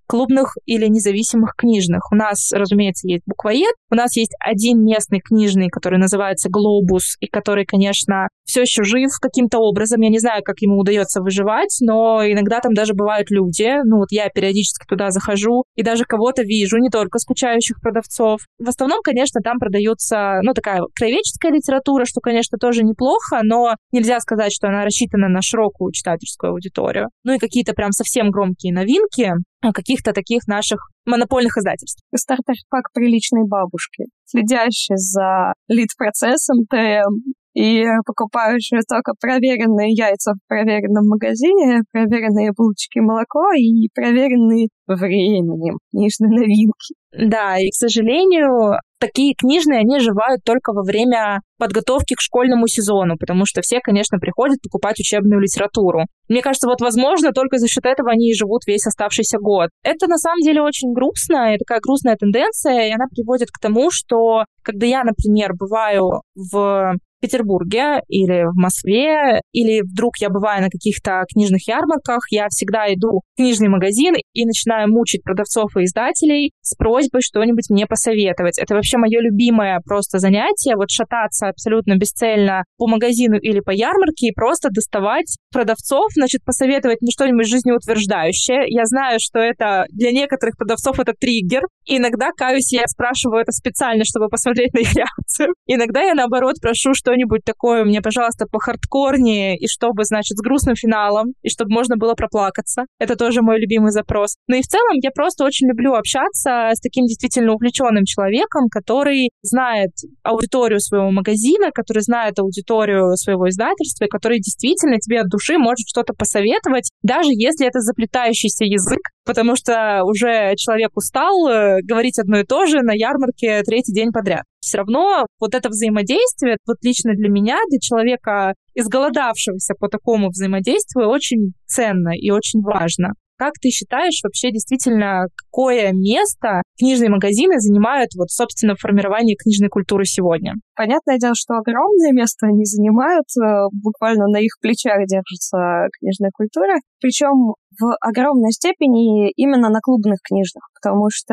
клубных или независимых книжных. У нас, разумеется, есть буквоед, у нас есть один местный книжный, который называется «Глобус», и который, конечно, все еще жив каким-то образом. Я не знаю, как ему удается выживать, но иногда там даже бывают люди. Ну вот я периодически туда захожу и даже кого-то вижу, не только скучающих продавцов. В основном, конечно, там продается, ну, такая краеведческая литература, что, конечно, тоже неплохо, но нельзя сказать, что она рассчитана на широкую читательскую аудиторию. Ну и какие-то прям совсем громкие новинки каких-то таких наших монопольных издательств. Стартер-пак приличной бабушки, следящей за лид-процессом ТМ и покупающие только проверенные яйца в проверенном магазине, проверенные булочки, молоко и проверенные временем книжные новинки. Да, и, к сожалению, такие книжные, они оживают только во время подготовки к школьному сезону, потому что все, конечно, приходят покупать учебную литературу. Мне кажется, вот, возможно, только за счет этого они и живут весь оставшийся год. Это, на самом деле, очень грустно, и такая грустная тенденция, и она приводит к тому, что, когда я, например, бываю в Петербурге или в Москве, или вдруг я бываю на каких-то книжных ярмарках, я всегда иду в книжный магазин и начинаю мучить продавцов и издателей с просьбой что-нибудь мне посоветовать. Это вообще мое любимое просто занятие, вот шататься абсолютно бесцельно по магазину или по ярмарке и просто доставать продавцов, значит, посоветовать мне что-нибудь жизнеутверждающее. Я знаю, что это для некоторых продавцов это триггер. И иногда, каюсь, я спрашиваю это специально, чтобы посмотреть на их реакцию. Иногда я, наоборот, прошу что-нибудь такое мне, пожалуйста, похардкорнее, и чтобы, значит, с грустным финалом, и чтобы можно было проплакаться. Это тоже мой любимый запрос. Ну и в целом я просто очень люблю общаться с таким действительно увлеченным человеком, который знает аудиторию своего магазина, который знает аудиторию своего издательства, и который действительно тебе от души может что-то посоветовать, даже если это заплетающийся язык, потому что уже человек устал говорить одно и то же на ярмарке третий день подряд. Все равно вот это взаимодействие, вот лично для меня, для человека, изголодавшегося по такому взаимодействию, очень ценно и очень важно. Как ты считаешь, вообще действительно, какое место книжные магазины занимают, вот, собственно, в формировании книжной культуры сегодня? Понятное дело, что огромное место они занимают, буквально на их плечах держится книжная культура, причем в огромной степени именно на клубных книжных, потому что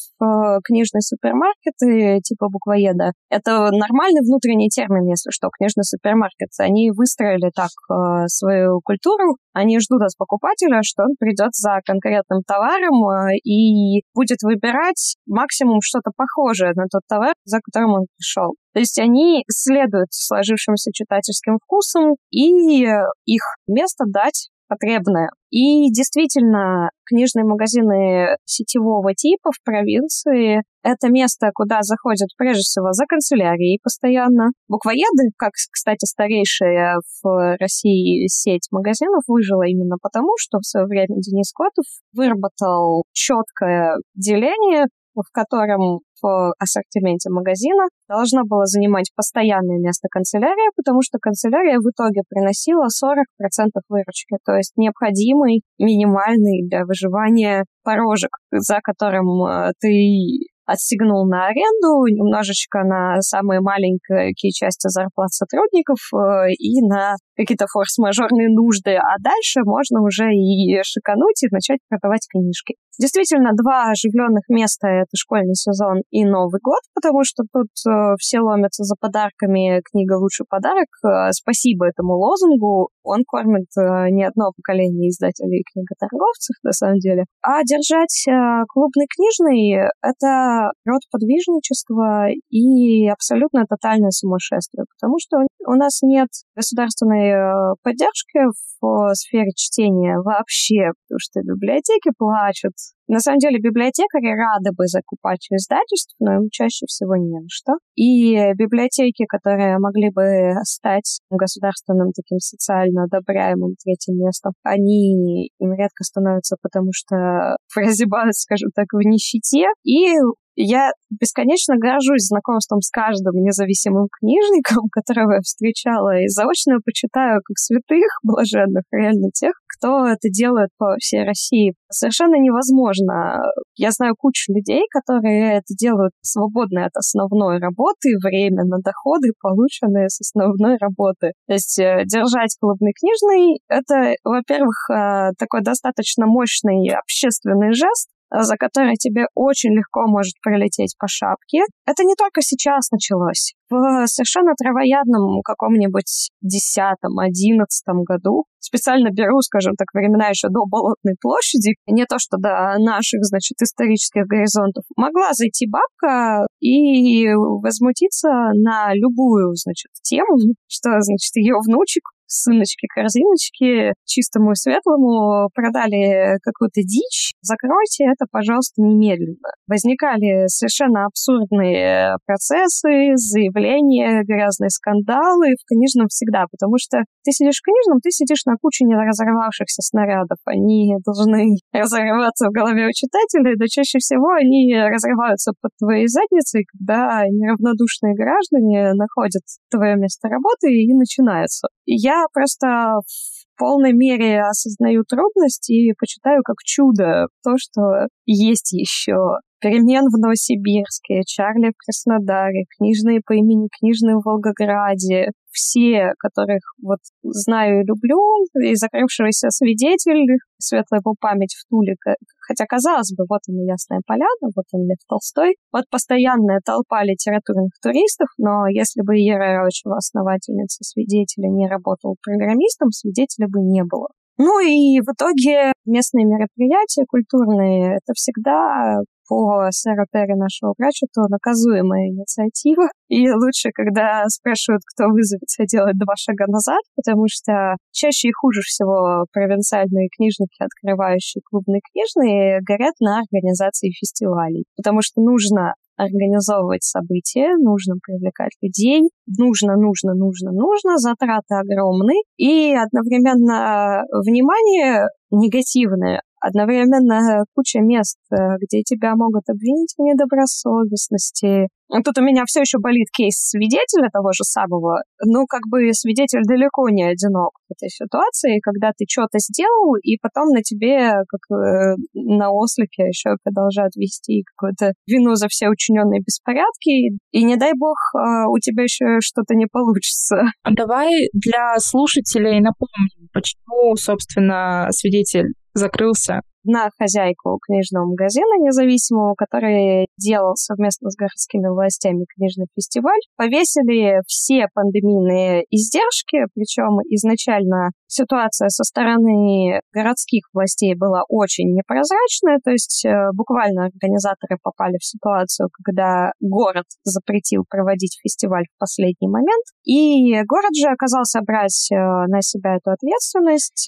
в книжные супермаркеты типа буквоеда — это нормальный внутренний термин, если что, книжный супермаркет. Они выстроили так свою культуру, они ждут от покупателя, что он придет за конкретным товаром и будет выбирать максимум что-то похожее на тот товар, за которым он пришел. То есть они следуют сложившимся читательским вкусам, и их место дать потребное. И действительно, книжные магазины сетевого типа в провинции — это место, куда заходят прежде всего за канцелярией постоянно. Буквоеды, как, кстати, старейшая в России сеть магазинов, выжила именно потому, что в свое время Денис Котов выработал четкое деление, в котором в ассортименте магазина должна была занимать постоянное место канцелярия, потому что канцелярия в итоге приносила сорок процентов выручки, то есть необходимый минимальный для выживания порожек, за которым ты отстегнул на аренду, немножечко на самые маленькие части зарплат сотрудников и на какие-то форс-мажорные нужды, а дальше можно уже и шикануть и начать продавать книжки. Действительно, два оживленных места — это школьный сезон и Новый год, потому что тут э, все ломятся за подарками. Книга — лучший подарок. Э, спасибо этому лозунгу. Он кормит э, не одно поколение издателей и книготорговцев, на самом деле. А держать э, клубный книжный — это род подвижничества и абсолютно тотальное сумасшествие, потому что у нас нет государственной э, поддержки в сфере чтения вообще, потому что библиотеки плачут. На самом деле библиотекари рады бы закупать у издательств, но им чаще всего не на что. И библиотеки, которые могли бы стать государственным таким социально одобряемым третьим местом, они им редко становятся, потому что прозябают, скажем так, в нищете. И я бесконечно горжусь знакомством с каждым независимым книжником, которого я встречала, и заочно почитаю как святых блаженных, реально тех, кто это делает по всей России. Совершенно невозможно. Я знаю кучу людей, которые это делают свободно от основной работы, время на доходы, полученные с основной работы. То есть держать клубный книжный — это, во-первых, такой достаточно мощный общественный жест, за который тебе очень легко может прилететь по шапке. Это не только сейчас началось. В совершенно травоядном каком-нибудь десятом-одиннадцатом году, специально беру, скажем так, времена еще до Болотной площади, не то что до наших, значит, исторических горизонтов, могла зайти бабка и возмутиться на любую, значит, тему, что, значит, ее внучек, сыночки-корзиночки, чистому и светлому продали какую-то дичь, закройте это, пожалуйста, немедленно. Возникали совершенно абсурдные процессы, заявления, грязные скандалы в книжном всегда, потому что ты сидишь в книжном, ты сидишь на куче неразорвавшихся снарядов. Они должны разорваться в голове у читателей, да чаще всего они разрываются под твоей задницей, когда неравнодушные граждане находят твое место работы и начинается. Я просто в полной мере осознаю трудность и почитаю как чудо то, что есть еще. Перемен в Новосибирске, Чарли в Краснодаре, книжные по имени Книжные в Волгограде. Все, которых вот знаю и люблю, и закрывшийся свидетель, светлая ему память в Туле, хотя, казалось бы, вот она Ясная Поляна, вот он Лев Толстой, вот постоянная толпа литературных туристов, но если бы Ира Рочева, основательница свидетеля, не работала программистом, свидетеля бы не было. Ну и в итоге местные мероприятия культурные — это всегда по сэру Терри нашего Пратчетту наказуемая инициатива. И лучше, когда спрашивают, кто вызовется, делать два шага назад, потому что чаще и хуже всего провинциальные книжники, открывающие клубные книжные, горят на организации фестивалей. Потому что нужно организовывать события, нужно привлекать людей, нужно, нужно, нужно, нужно, затраты огромные, и одновременно внимание негативное, одновременно куча мест, где тебя могут обвинить в недобросовестности. Тут у меня все еще болит кейс свидетеля того же самого, но как бы свидетель далеко не одинок в этой ситуации, когда ты что-то сделал, и потом на тебе, как э, на ослике, еще продолжают вести какую-то вину за все учиненные беспорядки, и не дай бог э, у тебя еще что-то не получится. Давай для слушателей напомним, почему, собственно, свидетель закрылся. На хозяйку книжного магазина независимого, который делал совместно с городскими властями книжный фестиваль, повесили все пандемийные издержки, причем изначально ситуация со стороны городских властей была очень непрозрачная, то есть буквально организаторы попали в ситуацию, когда город запретил проводить фестиваль в последний момент, и город же оказался брать на себя эту ответственность,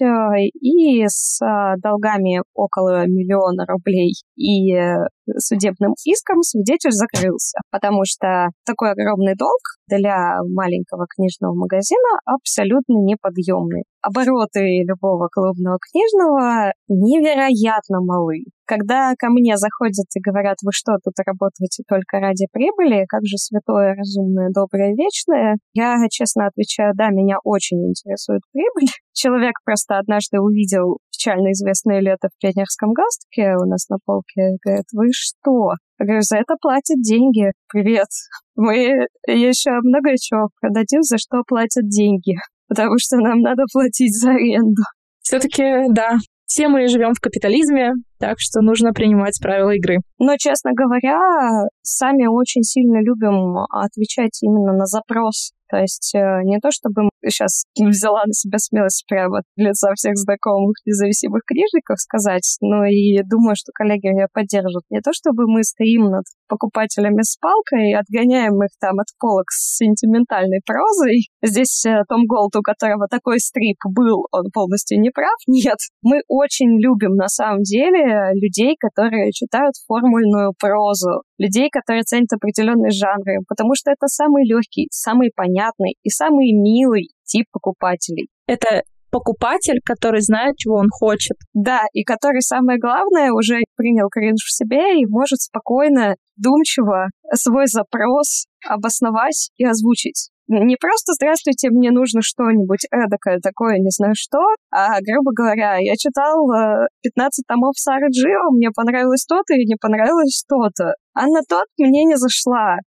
и с долгами около миллиона рублей и судебным иском свидетель закрылся, потому что такой огромный долг для маленького книжного магазина абсолютно неподъемный. Обороты любого клубного книжного невероятно малы. Когда ко мне заходят и говорят: вы что, тут работаете только ради прибыли, как же святое, разумное, доброе, вечное, я честно отвечаю: да, меня очень интересует прибыль. Человек просто однажды увидел печально известное лето в пионерском галстуке у нас на полке, говорит: вы что? Я говорю: за это платят деньги. Привет. Мы еще много чего продадим, за что платят деньги. Потому что нам надо платить за аренду. Все-таки, да, все мы живем в капитализме, так что нужно принимать правила игры. Но, честно говоря, сами очень сильно любим отвечать именно на запрос. То есть не то, чтобы сейчас взяла на себя смелость прямо от лица всех знакомых независимых книжников сказать, но и думаю, что коллеги меня поддержат. Не то, чтобы мы стоим над покупателями с палкой и отгоняем их там от полок с сентиментальной прозой. Здесь Том Голд, у которого такой стрип был, он полностью не прав. Нет, мы очень любим на самом деле людей, которые читают формульную прозу, людей, которые ценят определенные жанры, потому что это самый легкий, самый понятный и самый милый тип покупателей. Это покупатель, который знает, чего он хочет. Да, и который, самое главное, уже принял кринж в себе и может спокойно, вдумчиво свой запрос обосновать и озвучить. Не просто «здравствуйте, мне нужно что-нибудь эдакое, такое, не знаю что», а, грубо говоря, я читал пятнадцать томов Сары Джио, мне понравилось то-то и не понравилось то-то. А на тот мне не зашла.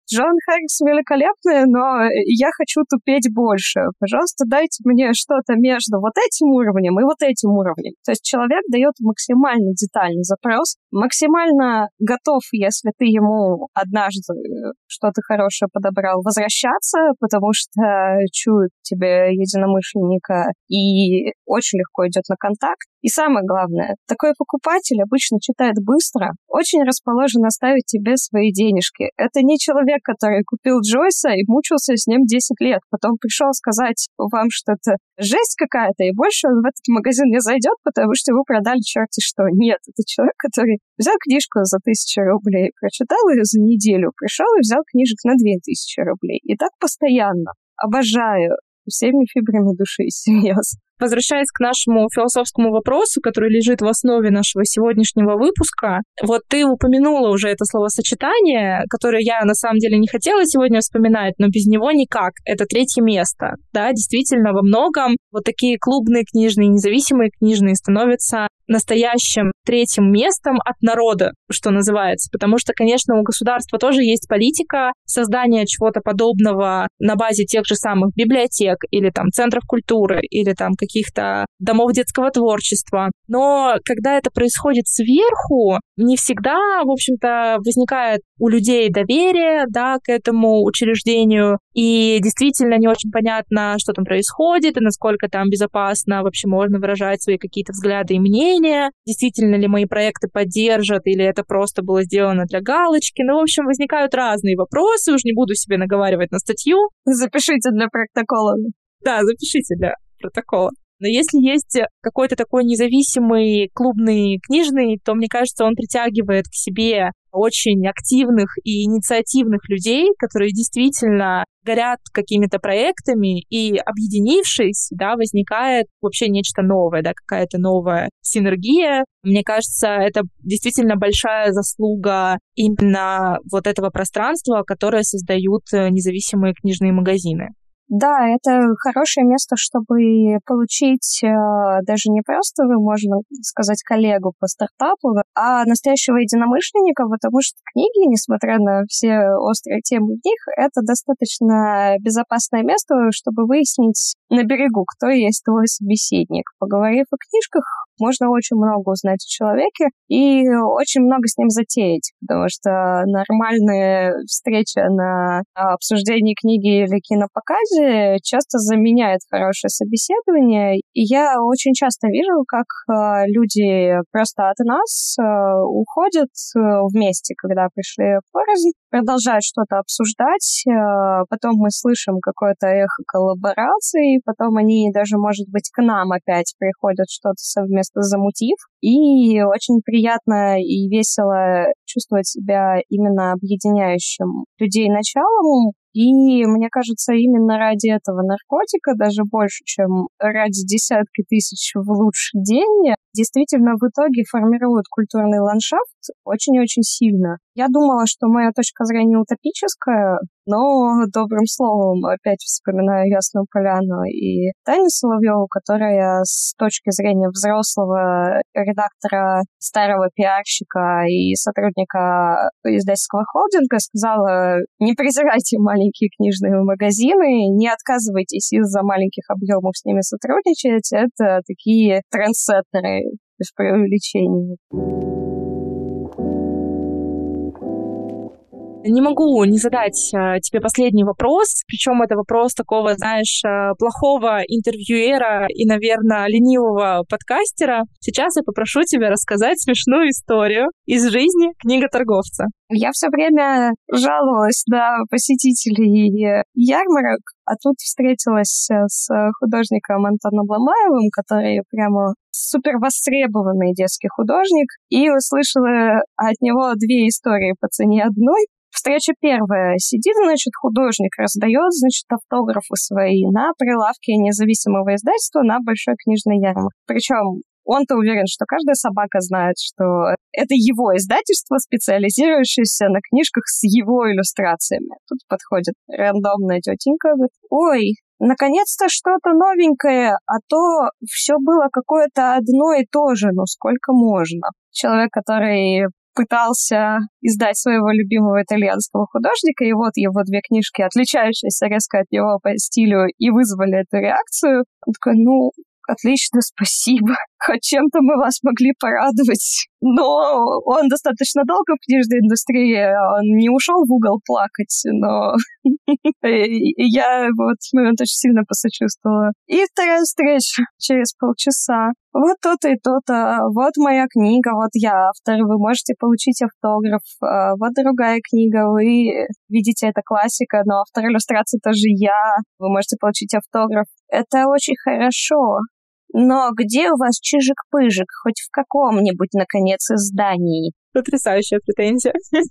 Джоан Хэрис великолепная, но я хочу тупеть больше. Пожалуйста, дайте мне что-то между вот этим уровнем и вот этим уровнем. То есть человек дает максимально детальный запрос, максимально готов, если ты ему однажды что-то хорошее подобрал, возвращаться, потому что чует тебе единомышленника и очень легко идет на контакт. И самое главное, такой покупатель обычно читает быстро, очень расположен оставить тебе свои денежки. Это не человек, который купил Джойса и мучился с ним десять лет, потом пришел сказать вам, что это жесть какая-то, и больше он в этот магазин не зайдет, потому что вы продали черти что. Нет, это человек, который взял книжку за тысячу рублей, прочитал ее за неделю, пришел и взял книжек на две тысячи рублей. И так постоянно. Обожаю. Всеми фибрами души, серьезно. Возвращаясь к нашему философскому вопросу, который лежит в основе нашего сегодняшнего выпуска, вот ты упомянула уже это словосочетание, которое я на самом деле не хотела сегодня вспоминать, но без него никак. Это третье место. Да, действительно, во многом вот такие клубные книжные, независимые книжные становятся настоящим третьим местом от народа, что называется. Потому что, конечно, у государства тоже есть политика создания чего-то подобного на базе тех же самых библиотек или там центров культуры или там каких-то домов детского творчества. Но когда это происходит сверху, не всегда, в общем-то, возникает у людей доверие, да, к этому учреждению, и действительно не очень понятно, что там происходит, и насколько там безопасно вообще можно выражать свои какие-то взгляды и мнения, действительно ли мои проекты поддержат, или это просто было сделано для галочки. Ну, в общем, возникают разные вопросы, уж не буду себе наговаривать на статью. Запишите для протокола. Да, запишите для протокола. Но если есть какой-то такой независимый клубный книжный, то, мне кажется, он притягивает к себе очень активных и инициативных людей, которые действительно горят какими-то проектами, и, объединившись, да, возникает вообще нечто новое, да, какая-то новая синергия. Мне кажется, это действительно большая заслуга именно вот этого пространства, которое создают независимые книжные магазины. Да, это хорошее место, чтобы получить э, даже не просто, можно сказать, коллегу по стартапу, а настоящего единомышленника, потому что книги, несмотря на все острые темы в них, это достаточно безопасное место, чтобы выяснить на берегу, кто есть твой собеседник. Поговорив о книжках, можно очень много узнать о человеке и очень много с ним затеять, потому что нормальная встреча на обсуждении книги или кинопоказе часто заменяет хорошее собеседование. И я очень часто вижу, как люди просто от нас уходят вместе, когда пришли порознь, продолжают что-то обсуждать, потом мы слышим какое-то эхо коллаборации, потом они даже, может быть, к нам опять приходят что-то совместно замутив, и очень приятно и весело чувствовать себя именно объединяющим людей началом. И мне кажется, именно ради этого наркотика, даже больше, чем ради десятки тысяч в лучший день, действительно в итоге формируют культурный ландшафт очень-очень сильно. Я думала, что моя точка зрения утопическая, но добрым словом опять вспоминаю Ясную Поляну и Таню Соловьеву, которая с точки зрения взрослого редактора, старого пиарщика и сотрудника издательского холдинга сказала: не презирайте маленькие книжные магазины, не отказывайтесь из-за маленьких объемов с ними сотрудничать. Это такие трендсеттеры без преувеличения. Не могу не задать э, тебе последний вопрос, причем это вопрос такого, знаешь, э, плохого интервьюера и, наверное, ленивого подкастера. Сейчас я попрошу тебя рассказать смешную историю из жизни книготорговца. Я все время жаловалась на посетителей ярмарок, а тут встретилась с художником Антоном Ломаевым, который прямо супер востребованный детский художник, и услышала от него две истории по цене одной. Встреча первая. Сидит, значит, художник, раздает, значит, автографы свои на прилавке независимого издательства на большой книжной ярмарке. Причем он-то уверен, что каждая собака знает, что это его издательство, специализирующееся на книжках с его иллюстрациями. Тут подходит рандомная тетенька, говорит: ой, наконец-то что-то новенькое, а то все было какое-то одно и то же, ну сколько можно. Человек, который пытался издать своего любимого итальянского художника, и вот его две книжки, отличающиеся резко от него по стилю, и вызвали эту реакцию. Он такой, ну, отлично, спасибо. Хоть чем-то мы вас могли порадовать. Но он достаточно долго в книжной индустрии, он не ушел в угол плакать, но я в этот момент очень сильно посочувствовала. И вторая встреча через полчаса. Вот то-то и то-то, вот моя книга, вот я автор, вы можете получить автограф. Вот другая книга, вы видите, это классика, но автор иллюстрации тоже я, вы можете получить автограф. Это очень хорошо. Но где у вас Чижик-Пыжик? Хоть в каком-нибудь, наконец, издании? Потрясающая претензия.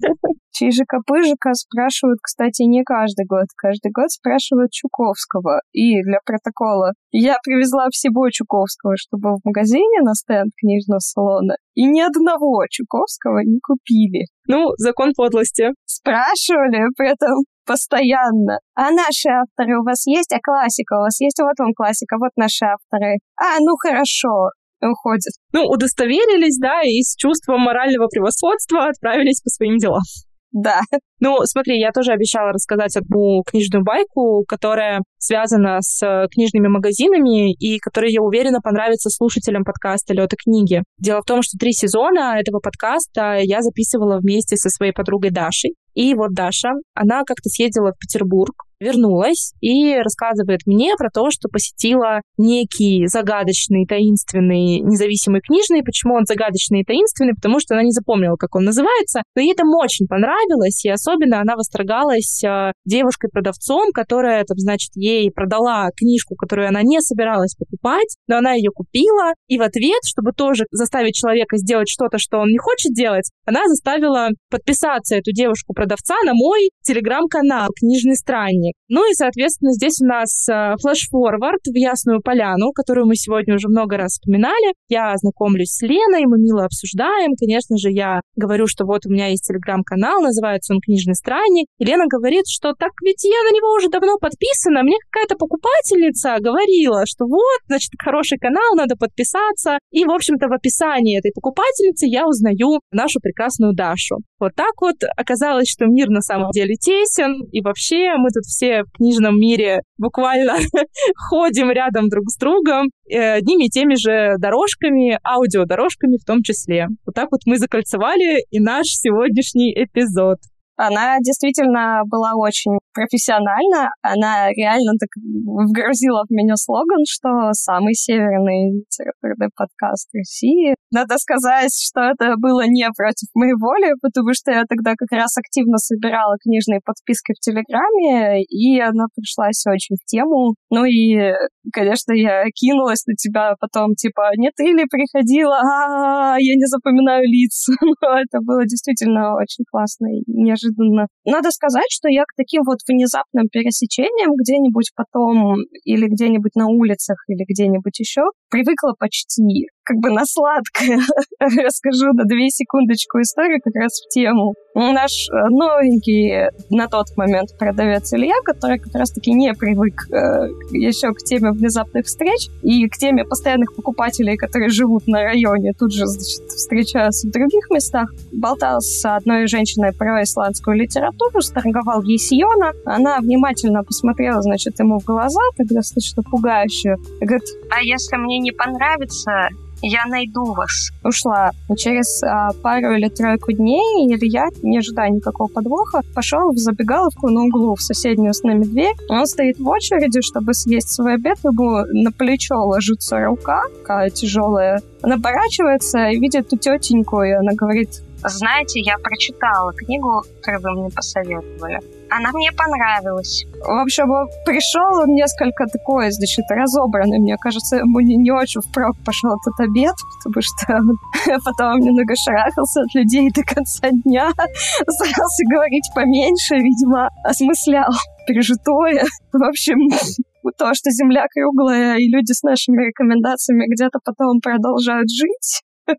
Чижика-Пыжика спрашивают, кстати, не каждый год. Каждый год спрашивают Чуковского. И для протокола я привезла всего Чуковского, чтобы в магазине на стенд книжного салона, и ни одного Чуковского не купили. Ну, закон подлости. Спрашивали, при этом постоянно. А наши авторы у вас есть? А классика у вас есть? Вот вам классика, вот наши авторы. А, ну хорошо. Уходят. Ну, удостоверились, да, и с чувством морального превосходства отправились по своим делам. Да. Ну, смотри, я тоже обещала рассказать одну книжную байку, которая связана с книжными магазинами и которая, я уверена, понравится слушателям подкаста «Лёта книги». Дело в том, что три сезона этого подкаста я записывала вместе со своей подругой Дашей. И вот Даша, она как-то съездила в Петербург, вернулась и рассказывает мне про то, что посетила некий загадочный, таинственный, независимый книжный. Почему он загадочный и таинственный? Потому что она не запомнила, как он называется. Но ей там очень понравилось, и особенно она восторгалась э, девушкой-продавцом, которая, там, значит, ей продала книжку, которую она не собиралась покупать, но она ее купила, и в ответ, чтобы тоже заставить человека сделать что-то, что он не хочет делать, она заставила подписаться эту девушку-продавца на мой телеграм-канал «Книжный странник». Ну и, соответственно, здесь у нас флэш-форвард в Ясную Поляну, которую мы сегодня уже много раз вспоминали. Я знакомлюсь с Леной, мы мило обсуждаем. Конечно же, я говорю, что вот у меня есть телеграм-канал, называется он «Книжный странник». И Лена говорит, что так ведь я на него уже давно подписана. Мне какая-то покупательница говорила, что вот, значит, хороший канал, надо подписаться. И, в общем-то, в описании этой покупательницы я узнаю нашу прекрасную Дашу. Вот так вот оказалось, что мир на самом деле тесен, и вообще мы тут все в книжном мире буквально ходим рядом друг с другом одними и теми же дорожками, аудиодорожками в том числе. Вот так вот мы закольцевали и наш сегодняшний эпизод. Она действительно была очень профессиональна. Она реально так вгрузила в меня слоган, что самый северный литературный подкаст России. Надо сказать, что это было не против моей воли, потому что я тогда как раз активно собирала книжные подписки в Телеграме, и она пришлась очень в тему. Ну и, конечно, я кинулась на тебя потом, типа, не ты ли приходила? А-а-а, я не запоминаю лиц. Но это было действительно очень классно и неожиданно. Надо сказать, что я к таким вот внезапным пересечениям где-нибудь потом или где-нибудь на улицах или где-нибудь еще привыкла почти. Как бы на сладкое расскажу на две секундочку историю как раз в тему. Наш новенький на тот момент продавец Илья, который как раз-таки не привык э, еще к теме внезапных встреч и к теме постоянных покупателей, которые живут на районе, тут же, значит, встречаются в других местах, болтал с одной женщиной про исландскую литературу, сторговал ей Сиона. Она внимательно посмотрела, значит, ему в глаза, тогда достаточно пугающе. И говорит, а если мне не понравится, я найду вас. Ушла. И через а, пару или тройку дней Илья, не ожидая никакого подвоха, пошел в забегаловку на углу в соседнюю с нами дверь. Он стоит в очереди, чтобы съесть свой обед. Ему на плечо ложится рука, такая тяжелая. Он оборачивается и видит ту тетеньку, и она говорит: знаете, я прочитала книгу, которую вы мне посоветовали. Она мне понравилась. В общем, пришел он несколько такой, значит, разобранный. Мне кажется, ему не, не очень впрок пошел этот обед, потому что потом немного шарахался от людей до конца дня. Старался говорить поменьше, видимо, осмыслял пережитое. В общем, то, что земля круглая, и люди с нашими рекомендациями где-то потом продолжают жить,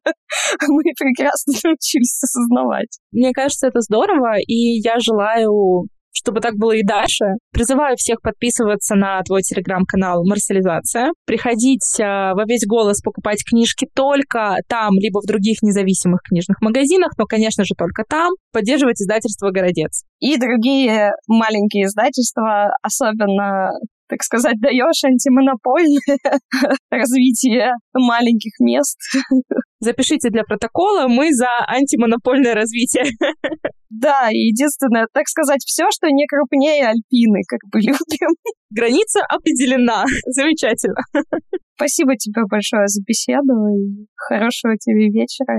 мы прекрасно научились осознавать. Мне кажется, это здорово, и я желаю чтобы так было и дальше. Призываю всех подписываться на твой телеграм-канал «Марсализация», приходить э, во весь голос покупать книжки только там, либо в других независимых книжных магазинах, но, конечно же, только там, поддерживать издательство «Городец». И другие маленькие издательства, особенно, так сказать, даешь антимонопольное развитие маленьких мест. Запишите для протокола, мы за антимонопольное развитие. Да, и единственное, так сказать, все, что не крупнее Альпины, как бы любим. Граница определена. Замечательно. Спасибо тебе большое за беседу и хорошего тебе вечера.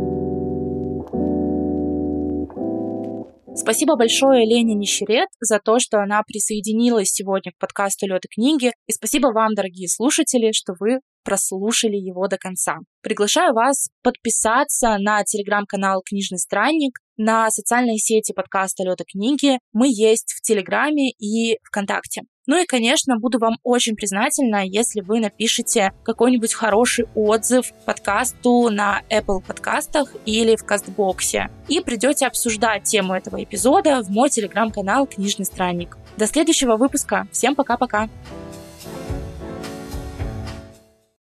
Спасибо большое Лене Нищерет за то, что она присоединилась сегодня к подкасту «Лёд и книги». И спасибо вам, дорогие слушатели, что вы прослушали его до конца. Приглашаю вас подписаться на телеграм-канал «Книжный странник», на социальные сети подкаста «Лёд и книги». Мы есть в Телеграме и ВКонтакте. Ну и, конечно, буду вам очень признательна, если вы напишите какой-нибудь хороший отзыв подкасту на Apple подкастах или в Кастбоксе и придете обсуждать тему этого эпизода в мой телеграм-канал «Книжный странник». До следующего выпуска. Всем пока-пока!